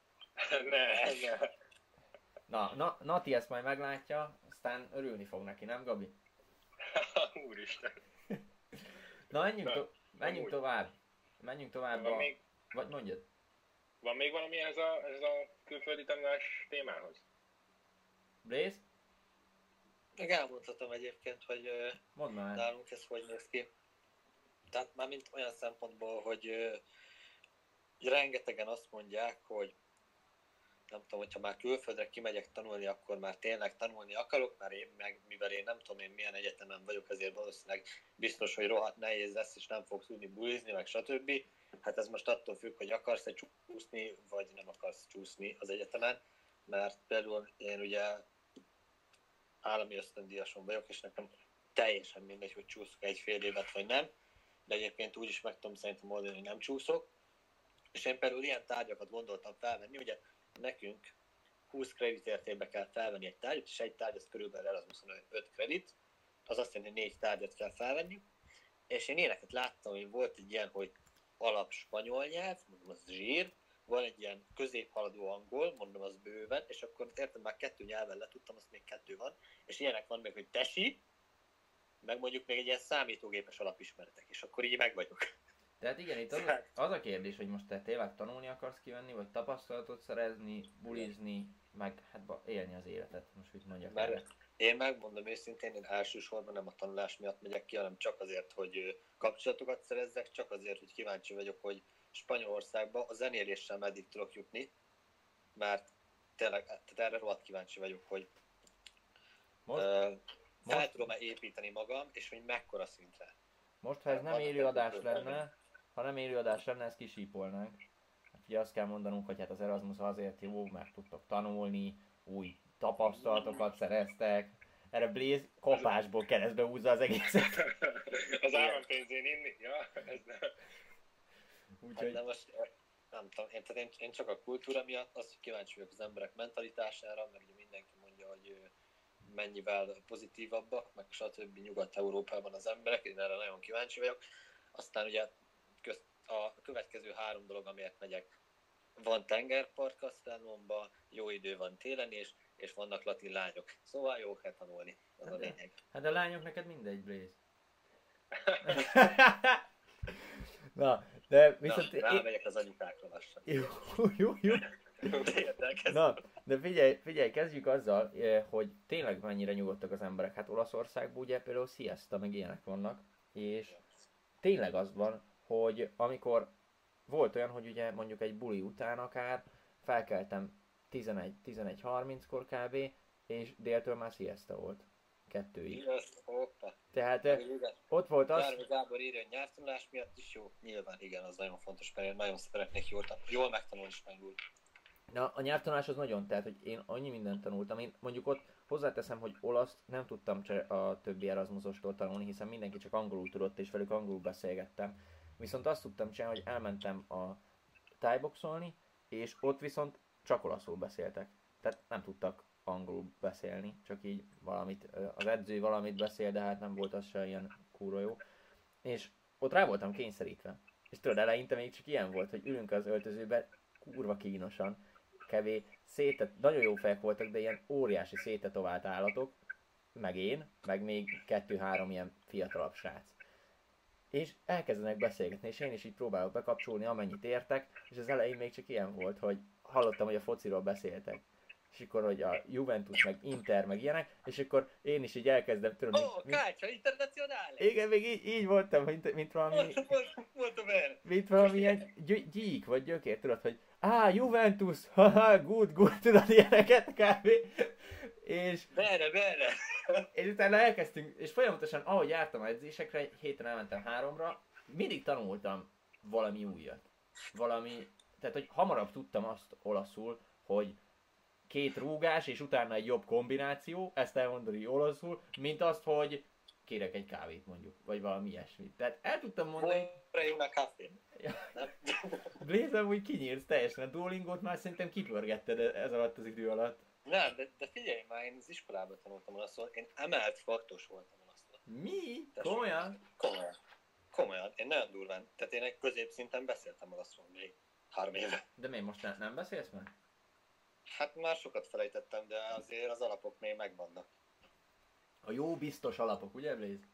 Ne. Nati ezt majd meglátja, aztán örülni fog neki, nem Gabi? Úristen. Na, menjünk tovább. Menjünk tovább vagy mondjad. Van még valami ez a külföldi tanulás témához? Blaze? Meg elmondhatom egyébként, hogy nálunk ez hogy néz ki. Tehát már mint olyan szempontból, hogy rengetegen azt mondják, hogy nem tudom, hogyha már külföldre kimegyek tanulni, akkor már tényleg tanulni akarok, mert mivel én nem tudom én milyen egyetemen vagyok, ezért valószínűleg biztos, hogy rohadt nehéz lesz, és nem fogsz tudni bulizni, meg stb. Hát ez most attól függ, hogy akarsz-e csúszni, vagy nem akarsz csúszni az egyetemen, mert például én ugye állami ösztöndíjason vagyok, és nekem teljesen mindegy, hogy csúszok egy fél évet, vagy nem, de egyébként úgy is meg tudom szerintem oldani, hogy nem csúszok. És én például ilyen tárgyakat gondoltam felvenni, ugye nekünk 20 kredit értékbe kell felvenni egy tárgyat, és egy tárgy az körülbelül el az 25 kredit, az azt jelenti, hogy 4 tárgyat kell felvenni, és én ilyeneket láttam, hogy volt egy ilyen, hogy alap spanyol nyelv, mondom az zsír, van egy ilyen középhaladó angol, mondom az bőven, és akkor érted, már 2 nyelven letudtam, azt még 2 van, és ilyenek van még, hogy tesi, meg mondjuk még egy ilyen számítógépes alapismeretek, és akkor így meg vagyok. Tehát igen, itt az a kérdés, hogy most te tényleg tanulni akarsz kivenni, vagy tapasztalatot szerezni, bulizni, meg hát élni az életet, most mit mondjak. Mert én megmondom őszintén, én elsősorban nem a tanulás miatt megyek ki, hanem csak azért, hogy kapcsolatokat szerezzek, csak azért, hogy kíváncsi vagyok, hogy Spanyolországban a zenéléssel meddig tudok jutni, mert tényleg tehát erre rohadt kíváncsi vagyok, hogy fel tudom-e építeni magam, és hogy mekkora szintre. Most, ha ez nem élőadás lenne, ezt kisípolnánk. Hát ugye azt kell mondanunk, hogy hát az Erasmus azért jó, mert tudtok tanulni, új tapasztalatokat szereztek. Erre Blaze kapásból keresztbe húzza az egészet. Az állampénzén inni? Ja, ez nem. Úgyhogy... Hát most, nem tudom, én csak a kultúra miatt azt, hogy kíváncsi vagyok az emberek mentalitására, mert ugye mindenki mondja, hogy mennyivel pozitívabbak, meg stb. Nyugat-Európában az emberek, én erre nagyon kíváncsi vagyok. Aztán ugye a következő 3 dolog, amiért megyek. Van tengerpart Castellónban, jó idő van télen is, és vannak latin lányok. Szóval jó kell tanulni, az a lényeg. Hát a lányok neked mindegy, Blaze. Na, de viszont... Na, rámegyek az anyukákra lassan. Jó. Na, de figyelj, kezdjük azzal, hogy tényleg mennyire nyugodtak az emberek. Hát Olaszországban ugye például siesta, meg ilyenek vannak, és tényleg az van, hogy amikor volt olyan, hogy ugye mondjuk egy buli után akár felkeltem 11-30-kor kb. És déltől már siesta volt. 2-ig. Tehát ott volt az... Járva Gábor írja, hogy nyelvtanulás miatt is jó. Nyilván igen, az nagyon fontos, mert én nagyon szeretnék jól megtanulni spanyolul. Na, a nyelvtanulás az nagyon, tehát, hogy én annyi mindent tanultam. Én mondjuk ott hozzáteszem, hogy olaszt nem tudtam a többi Erasmusostól tanulni, hiszen mindenki csak angolul tudott, és velük angolul beszélgettem. Viszont azt tudtam csinálni, hogy elmentem a thaiboxolni, és ott viszont csak olaszul beszéltek. Tehát nem tudtak angolul beszélni, csak így valamit, az edző valamit beszél, de hát nem volt az se ilyen kurva jó. És ott rá voltam kényszerítve. És tudod, eleinte még csak ilyen volt, hogy ülünk az öltözőbe, kurva kínosan, nagyon jó fejek voltak, de ilyen óriási széttetovált állatok, meg én, meg még 2-3 ilyen fiatalabb srác. És elkezdenek beszélgetni, és én is így próbálok bekapcsolni, amennyit értek, és az elején még csak ilyen volt, hogy hallottam, hogy a fociról beszéltek. És akkor, hogy a Juventus, meg Inter, meg ilyenek, és akkor én is így elkezdem, tudom... Calcio Internazionale! Igen, még így voltam, mint valami... Mint valami ilyen gyík, vagy gyökér, tudod, hogy Juventus, haha, good, tudod, ilyeneket kb. És... Bene! És utána elkezdtünk, és folyamatosan, ahogy jártam a edzésekre, héten elmentem 3-ra, mindig tanultam valami újat. Tehát, hogy hamarabb tudtam azt olaszul, hogy 2 rúgás, és utána egy jobb kombináció, ezt elmondani olaszul, mint azt, hogy kérek egy kávét mondjuk, vagy valami ilyesmit. Tehát el tudtam mondani... Prejuna café. Blaze amúgy kinyírsz teljesen, a Duolingot már szerintem kipörgetted ez alatt az idő alatt. Nem, de figyelj már, én az iskolában tanultam olaszul, én emelt faktos voltam olaszul. Mi? Komolyan, én nagyon durván, tehát én egy középszinten beszéltem olaszul még 3 éve. De miért most nem beszélsz már? Hát már sokat felejtettem, de azért az alapok még megvannak. A jó biztos alapok, ugye Blaze?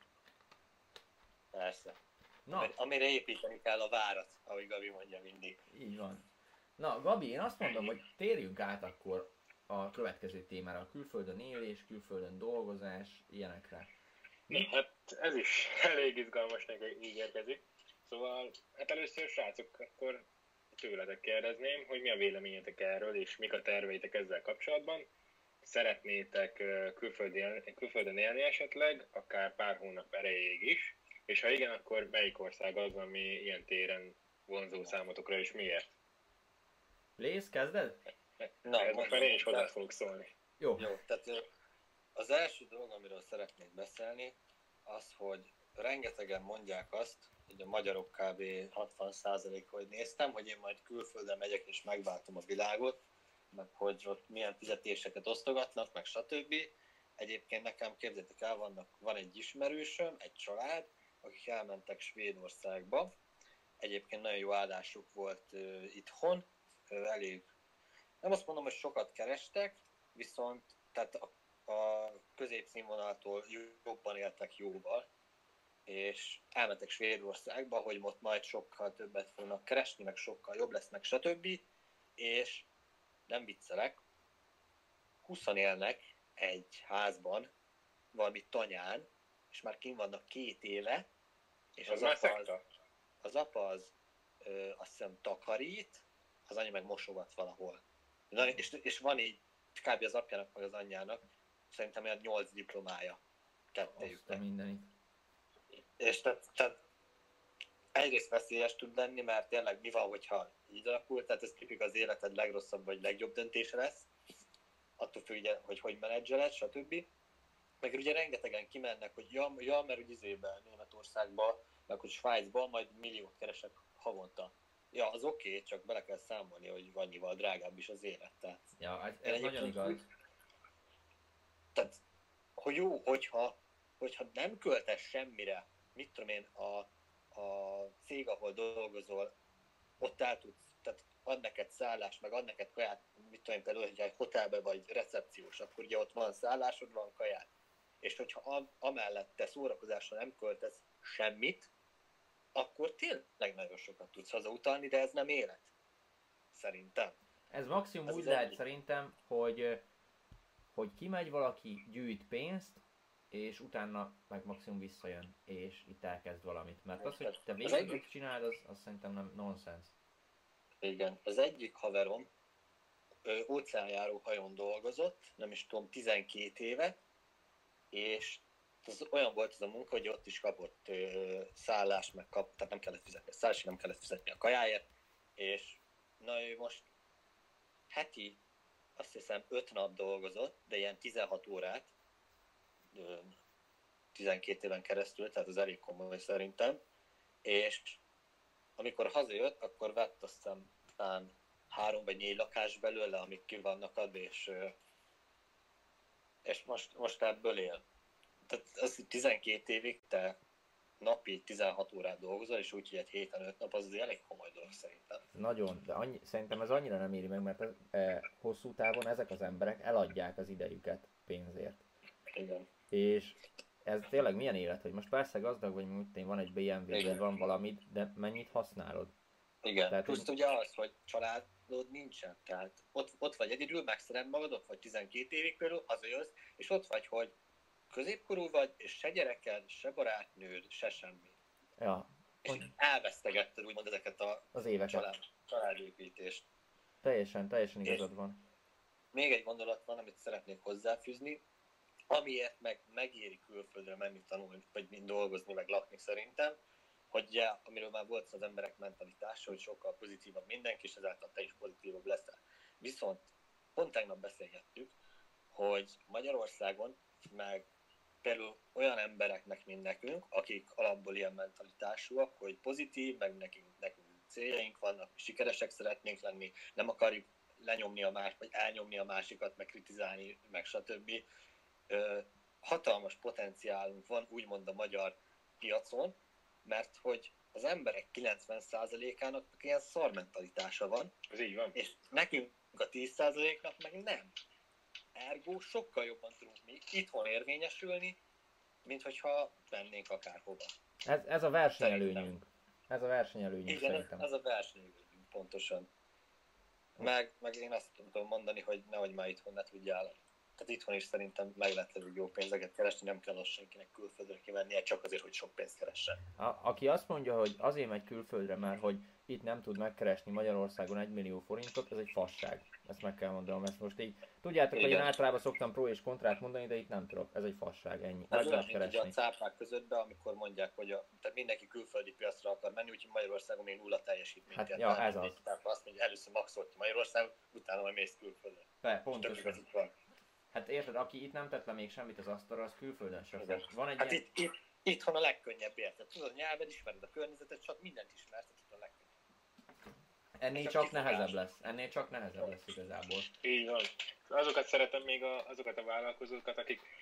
Persze. Na. Amire építeni kell a várat, ahogy Gabi mondja mindig. Így van. Na Gabi, én azt mondom, hogy térjünk át akkor a következő témára, a külföldön élés, külföldön dolgozás, ilyenekre. Hát ez is elég izgalmasnak ígérkezik. Szóval, hát először srácok, akkor tőletek kérdezném, hogy mi a véleményetek erről, és mik a terveitek ezzel kapcsolatban. Szeretnétek külföldön élni esetleg, akár pár hónap erejéig is, és ha igen, akkor melyik ország az, ami ilyen téren vonzó számotokra, és miért? Lész, kezded? Na, most már én is hozzá fogok szólni. Jó, tehát az első dolog, amiről szeretnék beszélni, az, hogy rengetegen mondják azt, hogy a magyarok kb. 60%, hogy néztem, hogy én majd külföldre megyek és megváltom a világot, meg hogy ott milyen fizetéseket osztogatnak, meg stb. Egyébként nekem, képzeljétek el, van egy ismerősöm, egy család, akik elmentek Svédországba. Egyébként nagyon jó állásuk volt itthon, elég, nem azt mondom, hogy sokat kerestek, viszont tehát a középszínvonaltól jobban éltek jóval, és elmentek Svédországba, hogy ott majd sokkal többet fognak keresni, meg sokkal jobb lesznek, stb. És nem viccelek, 20 élnek egy házban, valami tanyán, és már kint vannak 2 éve, és az apa az azt hiszem takarít, az anya meg mosogat valahol. Na, és van így kb. Az apjának meg az anyjának szerintem olyan 8 diplomája kettejüknek. És tehát egyrészt veszélyes tud lenni, mert tényleg mi van, hogyha így alakul, tehát ez tipik az életed legrosszabb vagy legjobb döntése lesz, attól függ, hogy menedzseled, stb. Meg ugye rengetegen kimennek, hogy ja mert úgy izében Németországba, meg hogy Svájcba majd milliót keresek havonta. Ja, az oké, csak bele kell számolni, hogy annyival drágább is az élet. Tehát, ja, ez nagyon igaz. Tehát, hogy jó, hogyha nem költesz semmire, mit tudom én, a cég, ahol dolgozol, ott el tudsz, tehát ad neked szállás, meg ad neked kaját, mit tudom én, például, hogy egy hotelbe vagy recepciós, akkor ugye ott van szállásod, van kaját. És hogyha amellett te szórakozásra nem költesz semmit, akkor tényleg nagyon sokat tudsz hazautalni, de ez nem élet. Szerintem. Ez maximum Ez úgy az lehet egyik. szerintem, hogy kimegy valaki, gyűjt pénzt, és utána meg maximum visszajön, és itt elkezd valamit. Mert az, hogy te Az végig egyik, csinálod, az szerintem nem nonsens. igen, az egyik haverom óceánjáró hajón dolgozott, nem is tudom, 12 éve, és az olyan volt az a munka, hogy ott is kapott szállást, tehát nem kellett fizetni a szállást, nem kellett fizetni a kajáért, és na ő most heti, azt hiszem 5 nap dolgozott, de ilyen 16 órát, 12 éven keresztül, tehát az elég komoly szerintem, és amikor hazajött, akkor vett azt hiszem talán 3 vagy 4 lakás belőle, amik ki vannak adva, és most ebből él. Tehát az, hogy 12 évig te napi 16 órát dolgozol, és úgy, hogy egy héten 5 nap, az azért elég komoly dolog szerintem. Nagyon, de szerintem ez annyira nem éri meg, mert hosszú távon ezek az emberek eladják az idejüket pénzért. Igen. És ez tényleg milyen élet, hogy most persze gazdag vagy, mint van egy BMW, vagy van valamit, de mennyit használod? Igen, Tehát plusz ugye az, hogy családod nincsen, tehát ott vagy egyedül, megszered magad, ott vagy 12 évig körül, hazajössz, és ott vagy, hogy középkorú vagy, és se gyereked, se barátnőd, se semmi. Ja. És elvesztegetted úgymond ezeket az éveket. Családépítést. Teljesen igazad van. Még egy gondolat van, amit szeretnék hozzáfűzni, amiért megéri külföldre menni tanulni, vagy dolgozni, meg lakni szerintem, hogy ugye, amiről már volt az emberek mentalitása, hogy sokkal pozitívabb mindenki, és ezáltal te is pozitívabb leszel. Viszont pont tegnap beszélgettük, hogy Magyarországon meg például olyan embereknek, mint nekünk, akik alapból ilyen mentalitásúak, hogy pozitív, meg nekünk céljaink vannak, sikeresek szeretnénk lenni, nem akarjuk lenyomni a más, vagy elnyomni a másikat, meg kritizálni, meg stb. Hatalmas potenciálunk van, úgymond a magyar piacon, mert hogy az emberek 90%-ának ilyen szarmentalitása van, Ez így van. és nekünk a 10%-nak meg nem. Ergo sokkal jobban tudunk mi itthon érvényesülni, mint hogyha mennénk akárhova. Ez a versenyelőnyünk. Ez a versenyelőnyünk igen, szerintem. ez a versenyelőnyünk, pontosan. Meg én azt tudom mondani, hogy nehogy már itthon ne tudjál. Tehát itthon is szerintem meg lehet elég jó pénzeket keresni, nem kell az senkinek külföldre kimennie, csak azért, hogy sok pénzt keressen. Aki azt mondja, hogy azért megy külföldre, mert hogy itt nem tud megkeresni Magyarországon 1 millió forintot, ez egy fasság. Ezt meg kell mondanom, ezt most így. Tudjátok, igen, hogy én általában szoktam pro és kontrát mondani, de itt nem tudok. Ez egy fasság, ennyi. Ez olyan, mint ugye a cápák közöttben, amikor mondják, hogy tehát mindenki külföldi piacra akar menni, úgyhogy Magyarországon még nulla teljesítményt. Hát, ja, ez az. Tehát azt mondja, először maxolt ki Magyarországon, utána majd mész külföldre. Pontosan. Hát érted, aki itt nem tett le még semmit az asztalra, az külföldön sem fog. Van egy hát ilyen... itthon a legkönnyebb érted. Tudod a nyelved, ismered a környezetet, csak mindent ismersz, itt a legkönnyebb. Ennél csak nehezebb lesz. Ennél csak nehezebb lesz igazából. Így van. Azokat szeretem még azokat a vállalkozókat,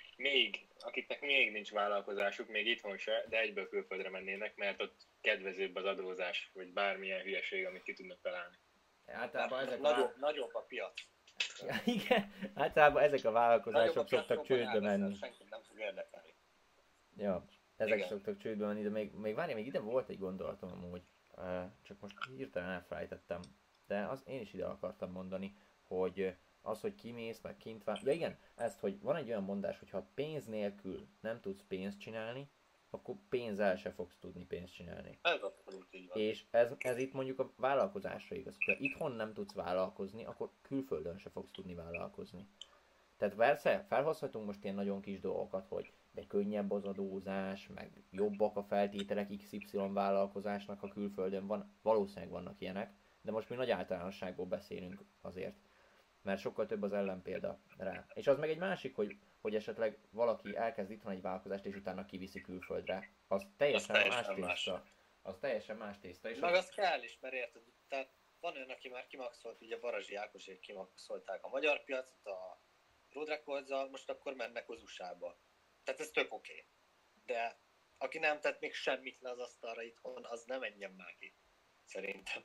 akiknek még nincs vállalkozásuk, még itthon se, de egyből külföldre mennének, mert ott kedvezőbb az adózás, vagy bármilyen hülyeség, amit ki tudnak találni. Általában ezek nagyobb a piac. Ja, igen, általában ezek a vállalkozások szoktak csődbe menni. Senki nem fog érdekelni. Ja, ezek szoktak csődbe menni, de még várj, még ide volt egy gondolatom amúgy, csak most hirtelen elfelejtettem, de én is ide akartam mondani, hogy az, hogy kimész, meg kint van, ja igen, ezt, hogy van egy olyan mondás, hogy ha pénz nélkül nem tudsz pénzt csinálni, akkor pénzzel se fogsz tudni pénzt csinálni. Ez abszolút így van. És ez itt mondjuk a vállalkozásra igaz. Ha itthon nem tudsz vállalkozni, akkor külföldön se fogsz tudni vállalkozni. Tehát persze felhozhatunk most ilyen nagyon kis dolgokat, hogy de könnyebb az adózás, meg jobbak a feltételek XY vállalkozásnak, ha külföldön van. Valószínűleg vannak ilyenek, de most mi nagy általánosságból beszélünk azért. Mert sokkal több az ellenpélda rá. És az meg egy másik, hogy esetleg valaki elkezd itthon egy vállalkozást, és utána kiviszi külföldre. Az teljesen más tészta. Az teljesen más tészta. És meg az kell is, mert érted, tehát van olyan, aki már kimaxolt, ugye Barazsi Ákosék kimaxolták a magyar piacot, a Road Records-al, most akkor mennek az USA-ba. Tehát ez tök oké. De aki nem tett még semmit le az asztalra itthon, az nem menjen már ki. Szerintem.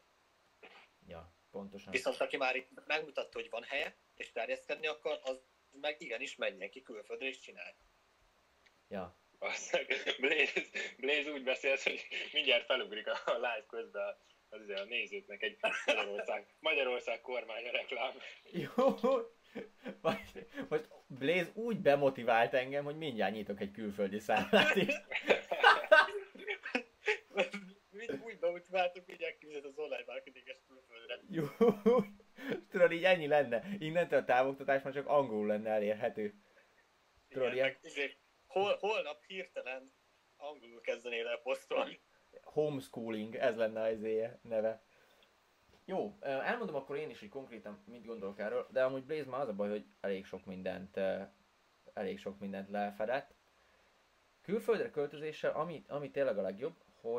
Ja, pontosan. Viszont aki már itt megmutatta, hogy van helye, és terjeszkedni akar, az meg igenis menjen ki külföldre és csinálj. Ja. Blaze úgy beszélsz, hogy mindjárt felugrik a live közben az a nézőknek egy Magyarország kormánya reklám. Jó, most Blaze úgy bemotivált engem, hogy mindjárt nyitok egy külföldi szállát is. Úgy bemotiváltuk, hogy elképzeld az online marketinges külföldre. Jó, tudod, így ennyi lenne. Innentől a távoktatás már csak angolul lenne elérhető. Tudod, ilyen Holnap hirtelen angolul kezdenél el posztolni. homeschooling, ez lenne az neve. Jó, elmondom akkor én is, hogy konkrétan mit gondolok erről, de amúgy Blaze már az a baj, hogy elég sok mindent lefedett. Külföldre költözéssel, ami tényleg a legjobb,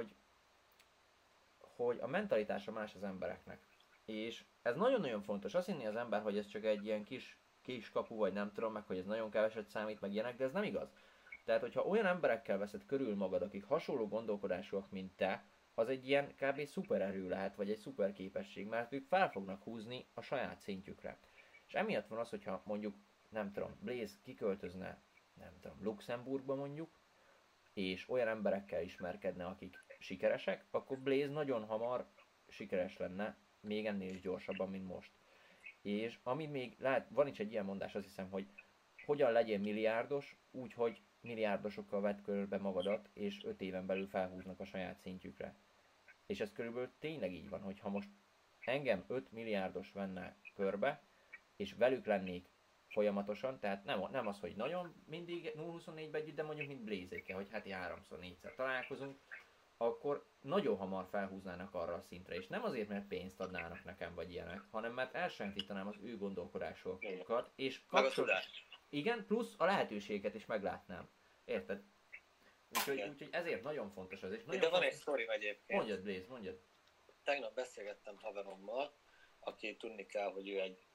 hogy a mentalitása más az embereknek. És ez nagyon-nagyon fontos. Azt hinni az ember, hogy ez csak egy ilyen kis kapu, vagy nem tudom meg, hogy ez nagyon keveset számít, meg ilyenek, de ez nem igaz. Tehát, hogyha olyan emberekkel veszed körül magad, akik hasonló gondolkodásúak, mint te, az egy ilyen kb. Szupererő lehet, vagy egy szuper képesség, mert ők fel fognak húzni a saját szintjükre. És emiatt van az, hogyha mondjuk, nem tudom, Blaze kiköltözne, nem tudom, Luxemburgba mondjuk, és olyan emberekkel ismerkedne, akik sikeresek, akkor Blaze nagyon hamar sikeres lenne, még ennél is gyorsabban, mint most. És ami még lehet, van is egy ilyen mondás, azt hiszem, hogy hogyan legyél milliárdos, úgy, hogy milliárdosokkal vedd körbe magadat, és 5 éven belül felhúznak a saját szintjükre. És ez körülbelül tényleg így van, hogy ha most engem 5 milliárdos venne körbe, és velük lennék folyamatosan, tehát nem az, hogy nagyon mindig 0-24-ben együtt, de mondjuk mint Blaze-ékkel, hogy hát 3-4-szer találkozunk, akkor nagyon hamar felhúznának arra a szintre, és nem azért, mert pénzt adnának nekem, vagy ilyenek, hanem mert elsajátítanám az ő gondolkodásokat, és igen, plusz a lehetőséget is meglátnám. Érted? Úgyhogy ezért nagyon fontos az. És nagyon de van fontos... egy sztorim egyébként. Mondjad, Blaze, mondjad. Tegnap beszélgettem haverommal, aki tudni kell, hogy ő egy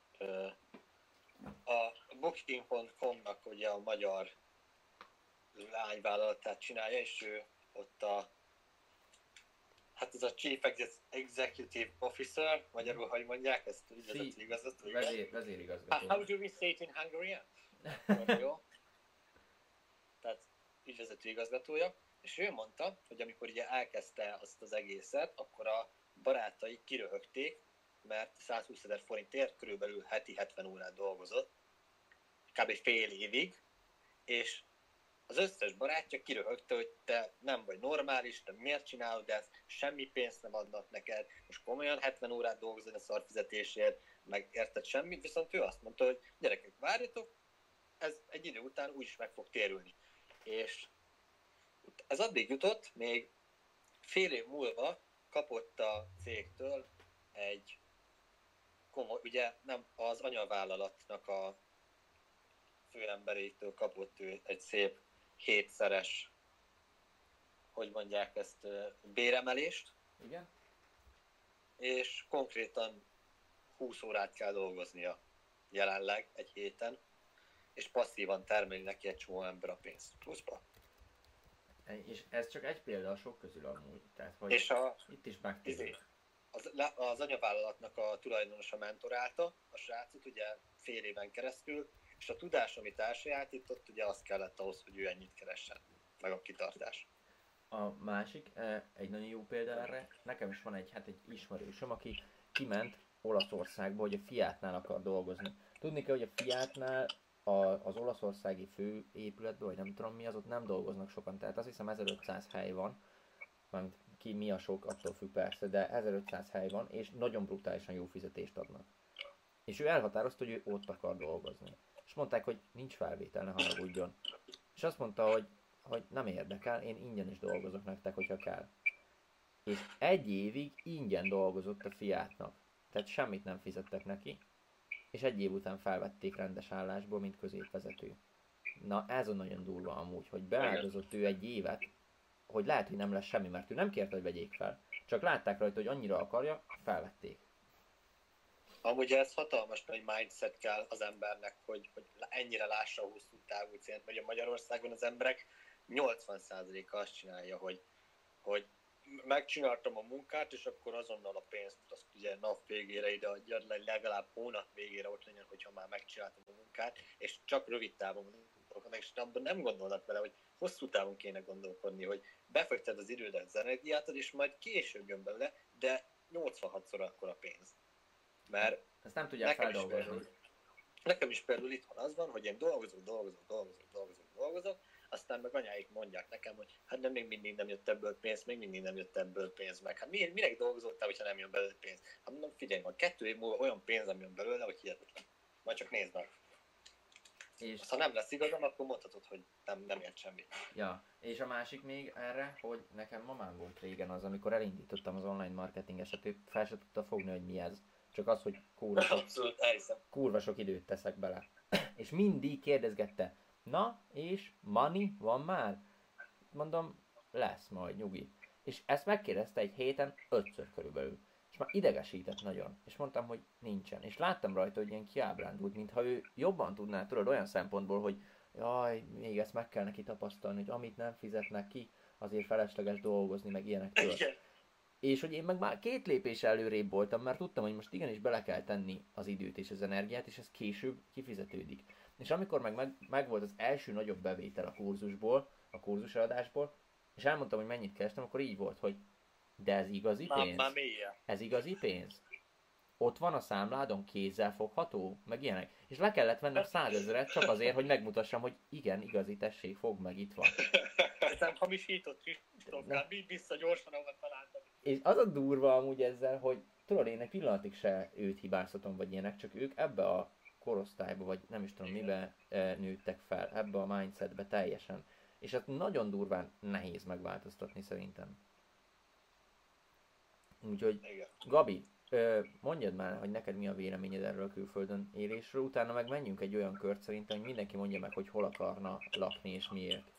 a Booking.com-nak ugye a magyar lányvállalatát csinálja, és ő ott hát ez a Chief Executive Officer, magyarul hogy mondják, ezt ügyvezető igazgató. Vezérigazgató. How do we say it in Hungarian? Jó. Tehát ügyvezető igazgatója, és ő mondta, hogy amikor ugye elkezdte azt az egészet, akkor a barátai kiröhögték, mert 120 000 forintért körülbelül heti 70 órát dolgozott, kb. Fél évig, és az összes barátja kiröhögte, hogy te nem vagy normális, te miért csinálod ezt, semmi pénzt nem adnak neked, most komolyan 70 órát dolgozol a szarfizetésért, meg érted semmit, viszont ő azt mondta, hogy gyerekek, várjatok, ez egy idő után úgyis meg fog térülni. És ez addig jutott, még fél év múlva kapott a cégtől egy komoly, ugye nem az anyavállalatnak a főemberétől kapott ő egy szép 7-szeres, hogy mondják ezt, béremelést. Igen. És konkrétan 20 órát kell dolgoznia jelenleg egy héten, és passzívan termeli neki egy csomó ember a pénzt pluszba. És ez csak egy példa a sok közül amúgy, tehát hogy és itt is megtérül. Az anyavállalatnak a tulajdonosa mentorálta a srácot ugye fél éven keresztül, és a tudás, amit elsajátított, ugye az kellett ahhoz, hogy ő ennyit keressen, meg a kitartás. A másik, egy nagyon jó példa erre, nekem is van egy ismerősöm, aki kiment Olaszországba, hogy a Fiatnál akar dolgozni. Tudni kell, hogy a Fiatnál az olaszországi főépületben, vagy nem tudom mi, az ott nem dolgoznak sokan, tehát azt hiszem 1500 hely van, mármint ki mi a sok, attól függ persze, de 1500 hely van, és nagyon brutálisan jó fizetést adnak. És ő elhatározta, hogy ő ott akar dolgozni. És mondták, hogy nincs felvétel, ne haragudjon. És azt mondta, hogy nem érdekel, én ingyen is dolgozok nektek, hogyha kell. És egy évig ingyen dolgozott a Fiatnak. Tehát semmit nem fizettek neki. És egy év után felvették rendes állásból, mint középvezető. Na ez a nagyon durva amúgy, hogy beáldozott ő egy évet, hogy lehet, hogy nem lesz semmi, mert ő nem kérte, hogy vegyék fel. Csak látták rajta, hogy annyira akarja, felvették. Amúgy ez hatalmas nagy mindset kell az embernek, hogy ennyire lássa a hosszú távú célt, vagy a Magyarországon az emberek 80%-a azt csinálja, hogy megcsináltam a munkát, és akkor azonnal a pénzt, azt ugye nap végére ide adjad, legalább hónap végére ott legyen, hogyha már megcsináltam a munkát, és csak rövid távon gondolkodnak, és abban nem gondolnak vele, hogy hosszú távon kéne gondolkodni, hogy befekteted az idődet, az energiátad, és majd később jön belőle, de 86-szor akkora pénz. Mert Ezt nem tudják feldolgozni. Nekem is például itthon az van, hogy én dolgozok, aztán meg anyáik mondják nekem, hogy hát nem, még mindig nem jött ebből pénz, meg hát minek dolgozottál, hogyha nem jön belőle pénz? Hát mondom, figyelj, majd 2 év múlva olyan pénz nem jön belőle, hogy hihetetlen. Majd csak nézd meg. És ha nem lesz igazam, akkor mondhatod, hogy nem ért semmit. Ja, és a másik még erre, hogy nekem mamám volt régen az, amikor elindítottam az online marketingeset, ő fel se tudta fogni, hogy mi ez. Csak az, hogy kurva sok időt teszek bele. És mindig kérdezgette, na, és money van már? Mondom, lesz majd, nyugi. És ezt megkérdezte egy héten 5-ször körülbelül. És már idegesített nagyon. És mondtam, hogy nincsen. És láttam rajta, hogy ilyen kiábrándult, mintha ő jobban tudná, tudod, olyan szempontból, hogy jaj, még ezt meg kell neki tapasztalni, hogy amit nem fizetnek ki, azért felesleges dolgozni, meg ilyenektől. És hogy én meg már 2 lépés előrébb voltam, mert tudtam, hogy most igenis bele kell tenni az időt és az energiát, és ez később kifizetődik. És amikor meg volt az első nagyobb bevétel a kurzusból, a kurzuseladásból, és elmondtam, hogy mennyit kerestem, akkor így volt, hogy de ez igazi pénz? Ez igazi pénz? Ott van a számládon, kézzel fogható? Meg ilyenek. És le kellett vennem 100 000 csak azért, hogy megmutassam, hogy igen, igazi, tessék, fogd meg, itt van. Nem hamisított Kristófkám, mind vissza gyorsan, ahol találtam. És az a durva amúgy ezzel, hogy tudod, én egy pillanatig se őt hibáztatom, vagy ilyenek, csak ők ebbe a korosztályba, vagy nem is tudom mibe nőttek fel, ebbe a mindsetbe teljesen. És ezt nagyon durván nehéz megváltoztatni szerintem. Úgyhogy, Gabi, mondjad már, hogy neked mi a véleményed erről a külföldön élésről, utána meg menjünk egy olyan kört szerintem, hogy mindenki mondja meg, hogy hol akarna lakni és miért.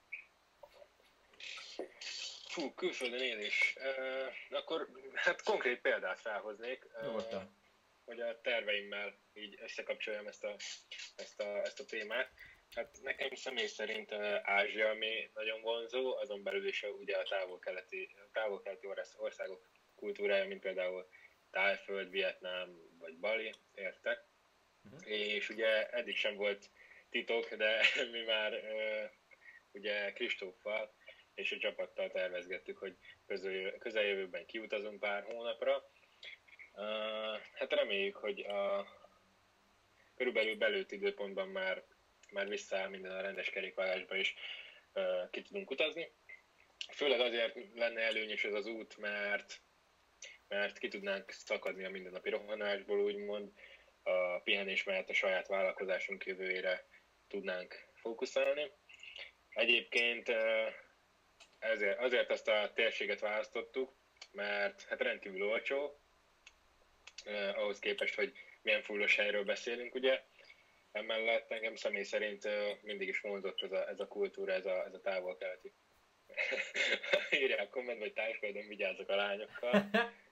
Fú, külföldön élés. Akkor hát konkrét példát felhoznék. Hogy a terveimmel így összekapcsoljam ezt a témát. Hát nekem személy szerint Ázsia, ami nagyon vonzó, azon belül is ugye a távol-keleti országok kultúrája, mint például Tájföld, Vietnám vagy Bali, értek. És ugye eddig sem volt titok, de mi már ugye Kristóffal és a csapattal tervezgettük, hogy közeljövőben kiutazunk pár hónapra. Hát reméljük, hogy körülbelül belőtt időpontban már visszaáll minden a rendes kerékvágásba, és ki tudunk utazni. Főleg azért lenne előnyös ez az út, mert ki tudnánk szakadni a mindennapi rohanásból, úgymond a pihenés mellett a saját vállalkozásunk jövőjére tudnánk fókuszálni. Egyébként azért ezt a térséget választottuk, mert hát rendkívül olcsó, ahhoz képest, hogy milyen fullos helyről beszélünk, ugye. Emellett engem személy szerint mindig is vonzott ez a kultúra, ez a távol-keleti. Írják kommentben, hogy Tájföldön vigyázzak a lányokkal.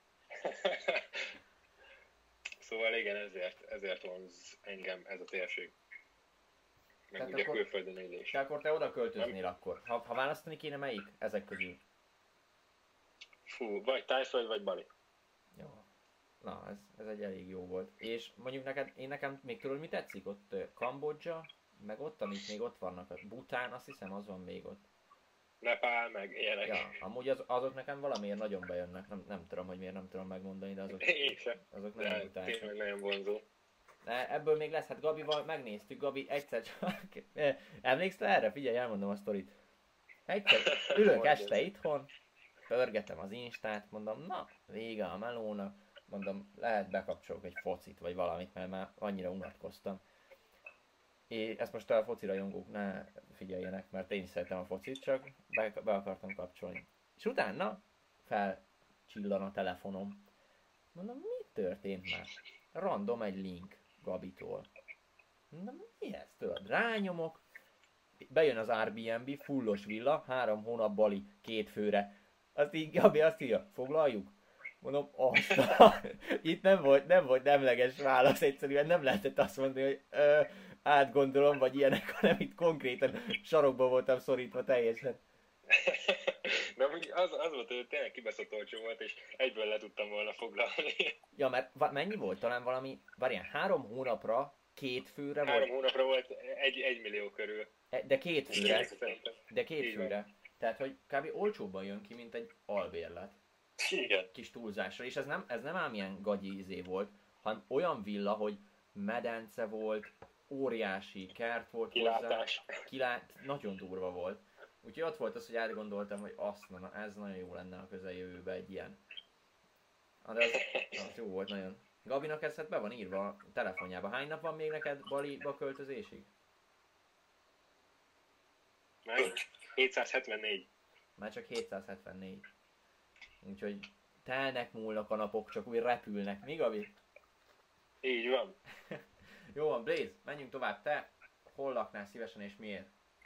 Szóval igen, ezért vonz engem ez a térség. Meg tehát ugye akkor, külföldön élés. De akkor te oda költöznél akkor. Ha választani kéne, melyik ezek közül? Fú, vagy Tájföld, vagy Bali. Jó. Na, ez egy elég jó volt. És mondjuk nekem még tudod, mi tetszik? Ott Kambodzsa, meg ott, amik még ott vannak. Bután, azt hiszem, az van még ott. Nepál, meg ilyenek. Ja, amúgy azok nekem valamiért nagyon bejönnek. Nem tudom, hogy miért nem tudom megmondani, de azok nagyon utánosak. Tényleg nagyon vonzó. Ebből még lesz, hát Gabival megnéztük, Gabi egyszer csak... Emlékszel erre? Figyelj, elmondom a sztorit. Egyszer ülök este itthon, pörgetem az Instát, mondom, na, vége a melónak, mondom, lehet bekapcsolok egy focit, vagy valamit, mert már annyira unatkoztam. És ezt most a foci rajongók ne figyeljenek, mert én is szeretem a focit, csak be akartam kapcsolni. És utána felcsillan a telefonom. Mondom, mi történt már? Random egy link Gabitól. Mondom, mi ez? Tudod, rányomok, bejön az Airbnb, fullos villa, 3 hónap Bali, 2 főre. Azt így Gabi azt írja, foglaljuk? Mondom, itt nem volt nemleges válasz, egyszerűen nem lehetett azt mondani, hogy átgondolom, vagy ilyenek, hanem itt konkrétan sarokba voltam szorítva teljesen. De amúgy az volt, hogy tényleg kibaszott olcsó volt, és egyből le tudtam volna foglalni. Ja, mert mennyi volt? Talán valami, várján, 3 hónapra, 2 főre volt? 3 hónapra volt 1 millió körül. De 2 főre? De 2 főre. Tehát, hogy kb. Olcsóbban jön ki, mint egy albérlet. Igen. kis túlzásra, és ez nem ám ilyen gagyi izé volt, hanem olyan villa, hogy medence volt, óriási kert volt Kilátás. hozzá, nagyon durva volt. Úgyhogy ott volt az, hogy átgondoltam, hogy ez nagyon jó lenne a közeljövőben egy ilyen. De az jó volt nagyon. Gabinak ez hát be van írva a telefonjába. Hány nap van még neked Baliba költözésig? Meg 774. Már csak 774. Úgyhogy telnek, múlnak a napok, csak úgy repülnek. Mi, Gabi? Így van. Jó van, Blaze, menjünk tovább. Te hol laknál szívesen és miért?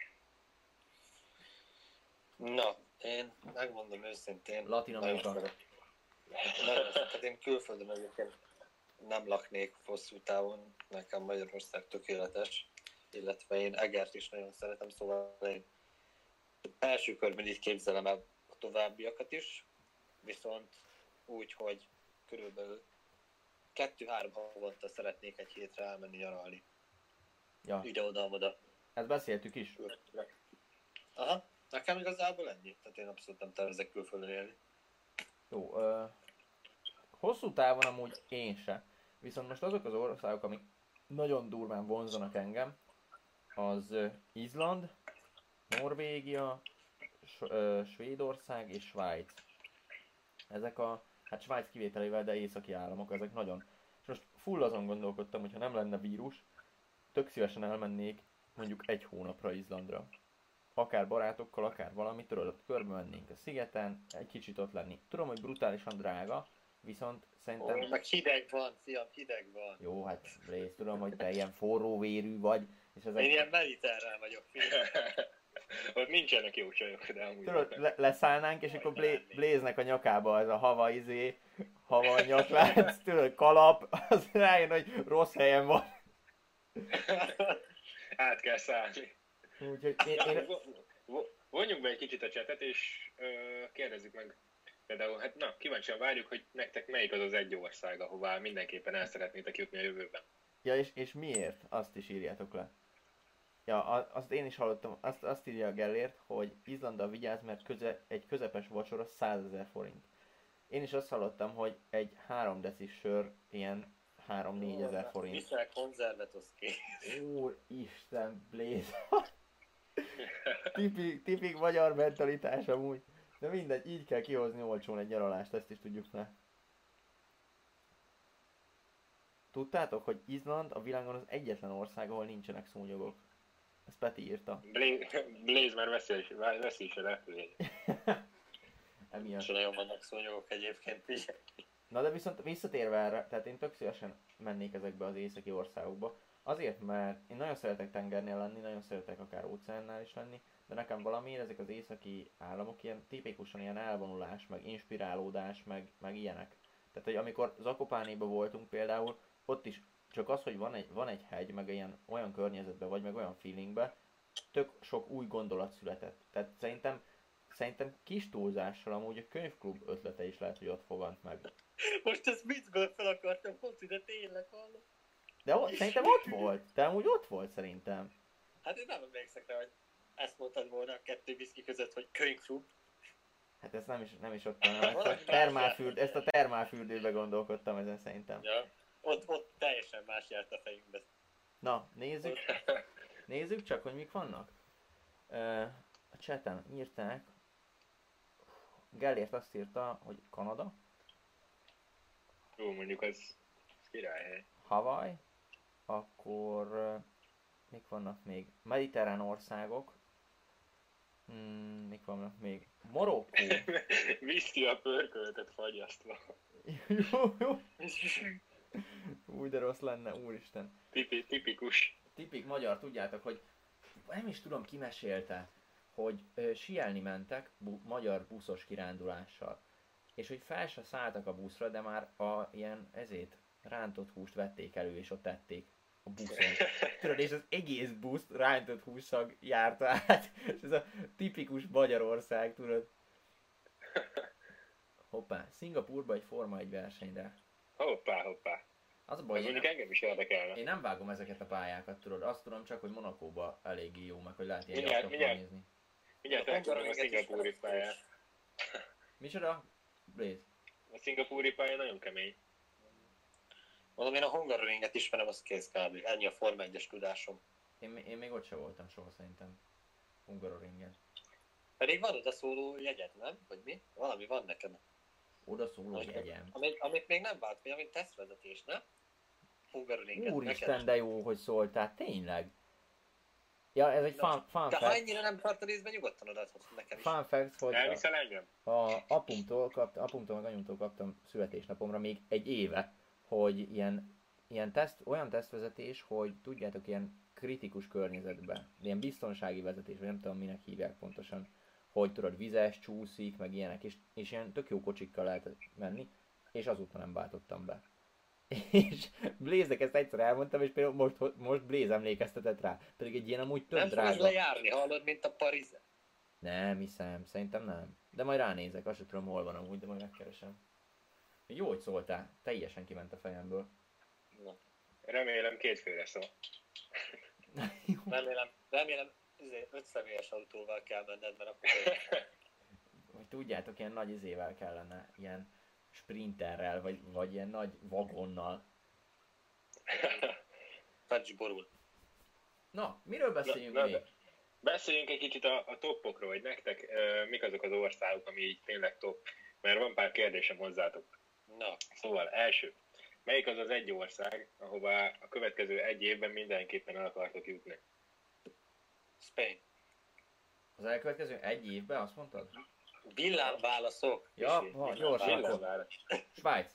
Na, én megmondom őszintén. Latin Amerika. Tehát én külföldön egyébként nem laknék hosszú távon, nekem Magyarország tökéletes, illetve én Egert is nagyon szeretem, szóval én első körben így képzelem el a továbbiakat is, viszont úgy, hogy körülbelül 2-3 havonta szeretnék egy hétre elmenni nyaralni. Ja, Ide-oda-oda. ezt beszéltük is. Aha, nekem igazából ennyi, tehát én abszolút nem tervezek külföldön élni. Jó, hosszú távon amúgy én se. Viszont most azok az országok, amik nagyon durván vonzanak engem, az Izland, Norvégia, Svédország és Svájc. Ezek hát Svájc kivételével, de északi államok, ezek nagyon. És most full azon gondolkodtam, hogy ha nem lenne vírus, tök szívesen elmennék mondjuk 1 hónapra Izlandra. Akár barátokkal, akár valami, tudod, körbe mennénk a szigeten, egy kicsit ott lenni. Tudom, hogy brutálisan drága, viszont szerintem... Meg hideg van, fiam, hideg van. Jó, hát Blaze, tudom, hogy te ilyen forró vérű vagy, és ezek... Én ilyen mediterrán vagyok, fiam. Ott nincsenek jó csajok, de amúgy... Tudod, leszállnánk, és akkor Blaze-nek a nyakába ez a hava nyaklánc, tudod, kalap, az rájön, hogy rossz helyen van. Át kell szállni. Úgyhogy Vonjunk be egy kicsit a csetet, és kérdezzük meg például, hát na, kíváncsian várjuk, hogy nektek melyik az az egy ország, ahová mindenképpen el szeretnétek jutni a jövőben. Ja, és miért? Azt is írjátok le. Ja, azt én is hallottam, azt írja a Gellért, hogy Izlanddal vigyázz, mert egy közepes vacsora 100 000 forint. Én is azt hallottam, hogy egy 3 decis sör ilyen 3-4 ezer forint. Viszel konzervet, az kész. Úristen, Blaze. tipik magyar mentalitás amúgy. De mindegy, így kell kihozni olcsón egy nyaralást, ezt is tudjuk le. Tudtátok, hogy Izland a világon az egyetlen ország, ahol nincsenek szúnyogok? Ezt Peti írta. Blaze már veszi is a repülést. Emiatt. És nagyon vannak szúnyogok egyébként, figyelj. Na de viszont visszatérve erre, tehát én tök szívesen mennék ezekbe az északi országokba. Azért, mert én nagyon szeretek tengernél lenni, nagyon szeretek akár óceánnál is lenni, de nekem valamiért ezek az északi államok ilyen tipikusan ilyen elvonulás, meg inspirálódás, meg ilyenek. Tehát, hogy amikor Zakopánéba voltunk például, ott is csak az, hogy van egy hegy, meg ilyen olyan környezetben vagy, meg olyan feelingben, tök sok új gondolat született. Tehát szerintem kis túlzással amúgy a könyvklub ötlete is lehet, hogy ott fogant meg. Most ezt viccből fel akartam hozni, de tényleg hallom. De szerintem ott volt. De amúgy ott volt szerintem. Hát én nem emlékszek rá, hogy ezt mondtad volna a 2 viszki között, hogy könyvklub. Hát ez nem is ott van. Ezt a termálfürdőbe gondolkodtam ezen szerintem. Ja, ott teljesen más járt a fejünkbe. Na, nézzük csak, hogy mik vannak. A chaten írták, Gellért azt írta, hogy Kanada. Jó, mondjuk az királyhely. Hawaii, akkor mik vannak még? Mediterrán országok. Mik vannak még? Marokkó. Viszi a pörköltet fagyasztva. Jó. Úgy de rossz lenne, úristen. Tipikus. Tipik magyar, tudjátok, hogy nem is tudom ki mesélte, hogy síelni mentek magyar buszos kirándulással. És hogy fel se szálltak a buszra, de már ilyen rántott húst vették elő, és ott ették a buszon. Tudod, és az egész busz rántott hússzag járta át. És ez a tipikus Magyarország, tudod. Hoppá, Szingapúrba egy Forma 1 versenyre. Hoppá. Az a baj, mondjuk engem is érdekelne. én nem vágom ezeket a pályákat, tudod. Azt tudom csak, hogy Monakóba eléggé jó, meg hogy lehet ilyen mindjárt nézni. elküldöm a szingapúri pályát. Micsoda? Blaze. A szingapúri pálya nagyon kemény. Mondom, én a Hungaroringet ismerem, az kész kb. Ennyi a Forma 1-es tudásom. Én még ott sem voltam soha szerintem. Hungaroringen. Pedig van oda szóló jegyed, nem? Vagy mi? Valami van neked. Oda szóló jegyem. Amit még nem vált, vagy amit tesztvezetés, nem? Hungaroringet. Úristen, de jó, hogy szóltál, tényleg. Ja, ez egy fun De fact. ha ennyire nem tart a részben, nyugodtan odaadhatod nekem is. Fun fact, hogy Elviszel engem? apumtól meg anyumtól kaptam születésnapomra még egy éve, hogy olyan tesztvezetés, hogy tudjátok, ilyen kritikus környezetben, ilyen biztonsági vezetés, vagy nem tudom minek hívják pontosan, hogy tudod, vizes, csúszik, meg ilyenek, és ilyen tök jó kocsikkal lehet menni, és azóta nem váltottam be. És Blaze-nek ezt egyszer elmondtam, és például most Blaze emlékeztetett rá. Pedig egy ilyen amúgy több nem drága. fogod lejárni, hallod, mint a Parize. Nem hiszem, szerintem nem. De majd ránézek, azt sem tudom hol van amúgy, de majd megkeresem. Jó, hogy szóltál, teljesen kiment a fejemből. Na. Remélem kétfőre szól. Remélem 5 személyes autóval kell menned, mert akkor... Hogy tudjátok, ilyen nagy izével kellene, ilyen sprinterrel, vagy ilyen nagy vagonnal. Fedzsi borul. Na, miről beszéljünk még? Beszéljünk egy kicsit a toppokról, hogy nektek mik azok az országok, ami így tényleg top. Mert van pár kérdésem hozzátok. Na. Szóval első, melyik az az egy ország, ahová a következő egy évben mindenképpen el akartok jutni? Spain. Az elkövetkező egy évben azt mondtad? Villámválaszok. Ja, gyorsan akkor. Villámválasz. Svájc.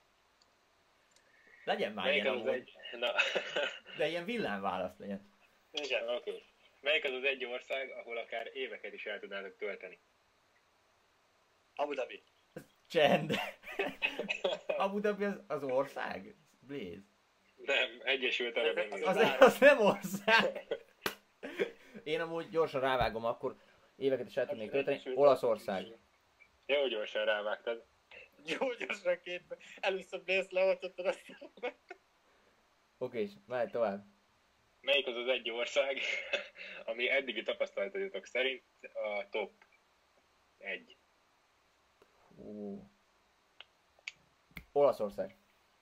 Legyen már Melyik ilyen az az amúgy. egy... Na. De ilyen villámválasz legyen. Igen. Oké. Melyik az az egy ország, ahol akár éveket is el tudnátok tölteni? Abu Dhabi. Csend. Abu Dhabi az ország? Blaze. Nem, Egyesült Arab Emirátus. Az nem ország. Én amúgy gyorsan rávágom, akkor éveket is el tudnék tölteni. Olaszország. Jó gyorsan rávágtad. Jó gyorsan képbe. Először Blaze leoltottad, aztán... Oké, és mehet tovább. Melyik az az egy ország, ami eddigi tapasztalatotok szerint a top 1? Olaszország.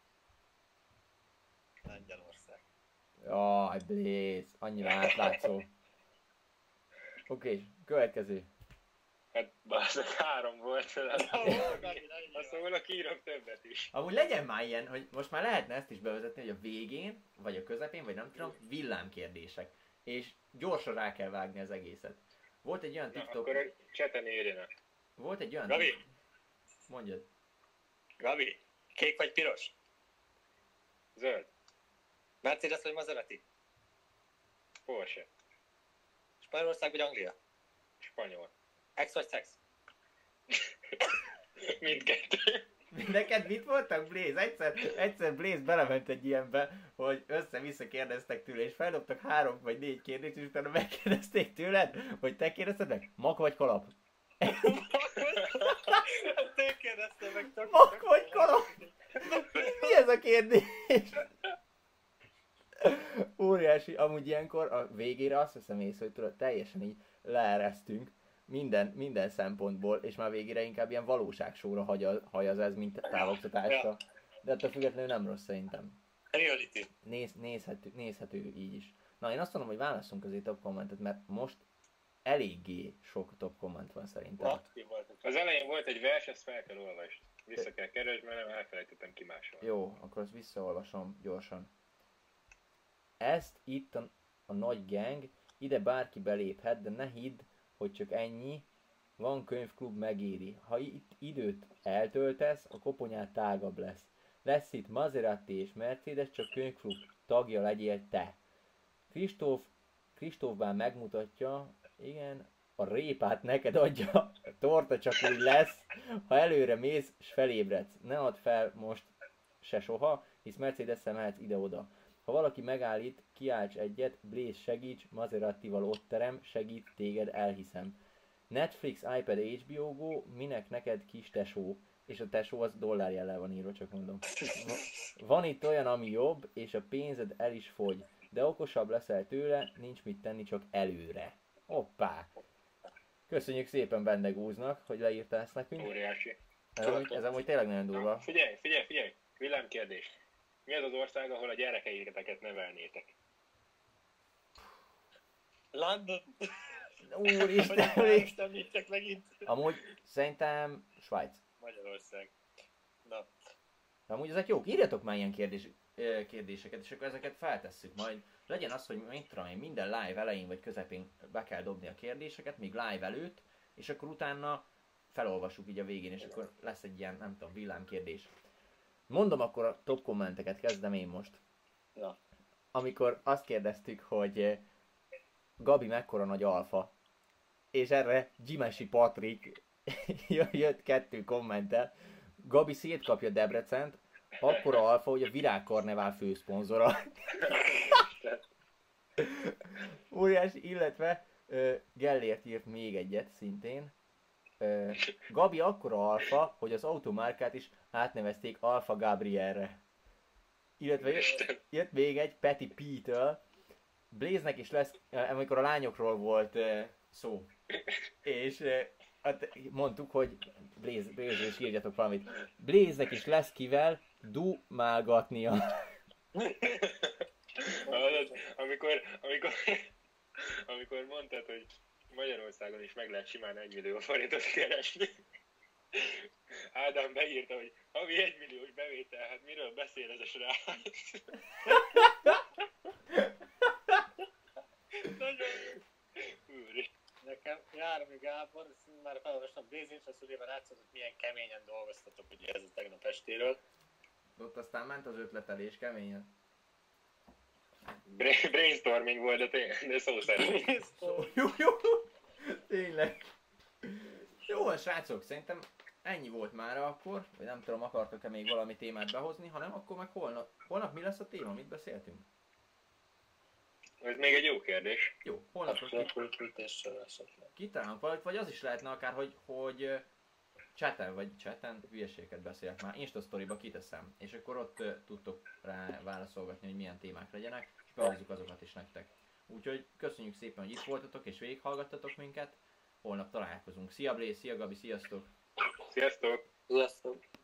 Lengyelország. Jaj, Blaze, annyira átlátszó. Oké, következő. Hát bazdmeg 3 volt. Ha szólok, írok többet is. Amúgy legyen már ilyen, hogy most már lehetne ezt is bevezetni, hogy a végén, vagy a közepén, vagy nem tudom, villámkérdések. És gyorsan rá kell vágni az egészet. Volt egy olyan Na, TikTok... akkor a cseten írjanak. Volt egy olyan... Gabi! Mondjad. Gabi! Kék vagy piros? Zöld. Mercedes vagy Maserati? Porsche. Spanyolország vagy Anglia? Spanyol. Ex vagy szex? Mindkettő. Neked mit voltak, Blaze? Egyszer Blaze belement egy ilyenbe, hogy össze-vissza kérdeztek tőle, és feldobtak 3 vagy 4 kérdést, és utána megkérdezték tőled, hogy te kérdezted meg? Mak vagy kalap? Ezt én kérdeztem meg csak. Mak vagy kalap? Mi ez a kérdés? Óriási, amúgy ilyenkor a végére azt veszem észre, hogy tudod, teljesen így leeresztünk minden szempontból, és már végére inkább ilyen valóságsóra hajaz ez, mint távoktatásra. De ettől függetlenül nem rossz szerintem. Reality. Nézhető így is. Na, én azt mondom, hogy válasszunk azért top kommentet, mert most eléggé sok top komment van szerintem. Az elején volt egy vers, ezt fel kell olvasni. Vissza kell keresni, mert nem elfelejtettem kimásolni. Jó, akkor azt visszaolvasom gyorsan. Ezt itt a nagy gang, ide bárki beléphet, de ne hidd, hogy csak ennyi, van könyvklub, megéri. Ha itt időt eltöltesz, a koponyát tágabb lesz. Lesz itt Maserati és Mercedes, csak könyvklub tagja legyél te. Kristófbán megmutatja, igen, a répát neked adja, a torta csak úgy lesz, ha előre mész, s felébredsz. Ne add fel most se soha, hisz Mercedes-szel mehetsz ide-oda. Ha valaki megállít, kiálts egyet, Blaze segíts, Maseratival ott terem, segít, téged elhiszem. Netflix, iPad, HBO Go, minek neked kis tesó? És a tesó az dollárjellel van írva, csak mondom. Van itt olyan, ami jobb, és a pénzed el is fogy. De okosabb leszel tőle, nincs mit tenni, csak előre. Hoppá! Köszönjük szépen Bendegúznak, hogy leírta ezt nekünk. Óriási. Ez amúgy tényleg nagyon durva. Figyelj! Villámkérdés. Mi az az ország, ahol a gyerekeiteket nevelnétek? London. Úristen, Említek megint. amúgy szerintem Svájc. Magyarország. Na. De amúgy ezek jók, írjatok már ilyen kérdéseket, és akkor ezeket feltesszük majd. Legyen az, hogy mit tudom én, minden live elején vagy közepén be kell dobni a kérdéseket, még live előtt, és akkor utána felolvassuk így a végén, és akkor lesz egy ilyen, nem tudom, villámkérdés. Mondom akkor a top kommenteket, kezdem én most. Na. Amikor azt kérdeztük, hogy Gabi mekkora nagy alfa, és erre Gyimesi Patrik jött 2 kommenttel. Gabi szétkapja Debrecent, akkora alfa, hogy a Virágkarnevál főszponzora. Óriási, illetve Gellért írt még egyet szintén. Gabi akkora alfa, hogy az automárkát is átnevezték Alfa Gabrielre. Illetve jött még egy Peti P-től. Blaze-nek is lesz, amikor a lányokról volt szó. És mondtuk, hogy Blaze is írjatok valamit. Blaze-nek is lesz kivel dumálgatnia. Amikor mondtad, hogy Magyarországon is meg lehet simán 1 millió forintot keresni. Ádám beírta, hogy havi 1 milliós bevétel, hát miről beszél ez a srác? Nagyon jó. Nekem Jármi Gábor, már felolvastam Blaze Infrastructure-ben látszott, hogy milyen keményen dolgoztatok ugye ez a tegnap estéről. Ott aztán ment az ötletelés keményen. Brainstorming volt, de szó szerint. Jó. Tényleg. Jó van, srácok, szerintem ennyi volt már akkor, vagy nem tudom, akartok-e még valami témát behozni, hanem akkor meg holnap. Holnap mi lesz a téma, mit beszéltünk? Ez még egy jó kérdés. Jó, holnap kitalálunk valamit, vagy az is lehetne akár, hogy chaten hülyeséget beszélek már, Insta Storyba kiteszem, és akkor ott tudtok rá válaszolgatni, hogy milyen témák legyenek, és behozzuk azokat is nektek. Úgyhogy köszönjük szépen, hogy itt voltatok és végighallgattatok minket. Holnap találkozunk. Szia Blaze, szia Gabi, sziasztok! Sziasztok! Sziasztok!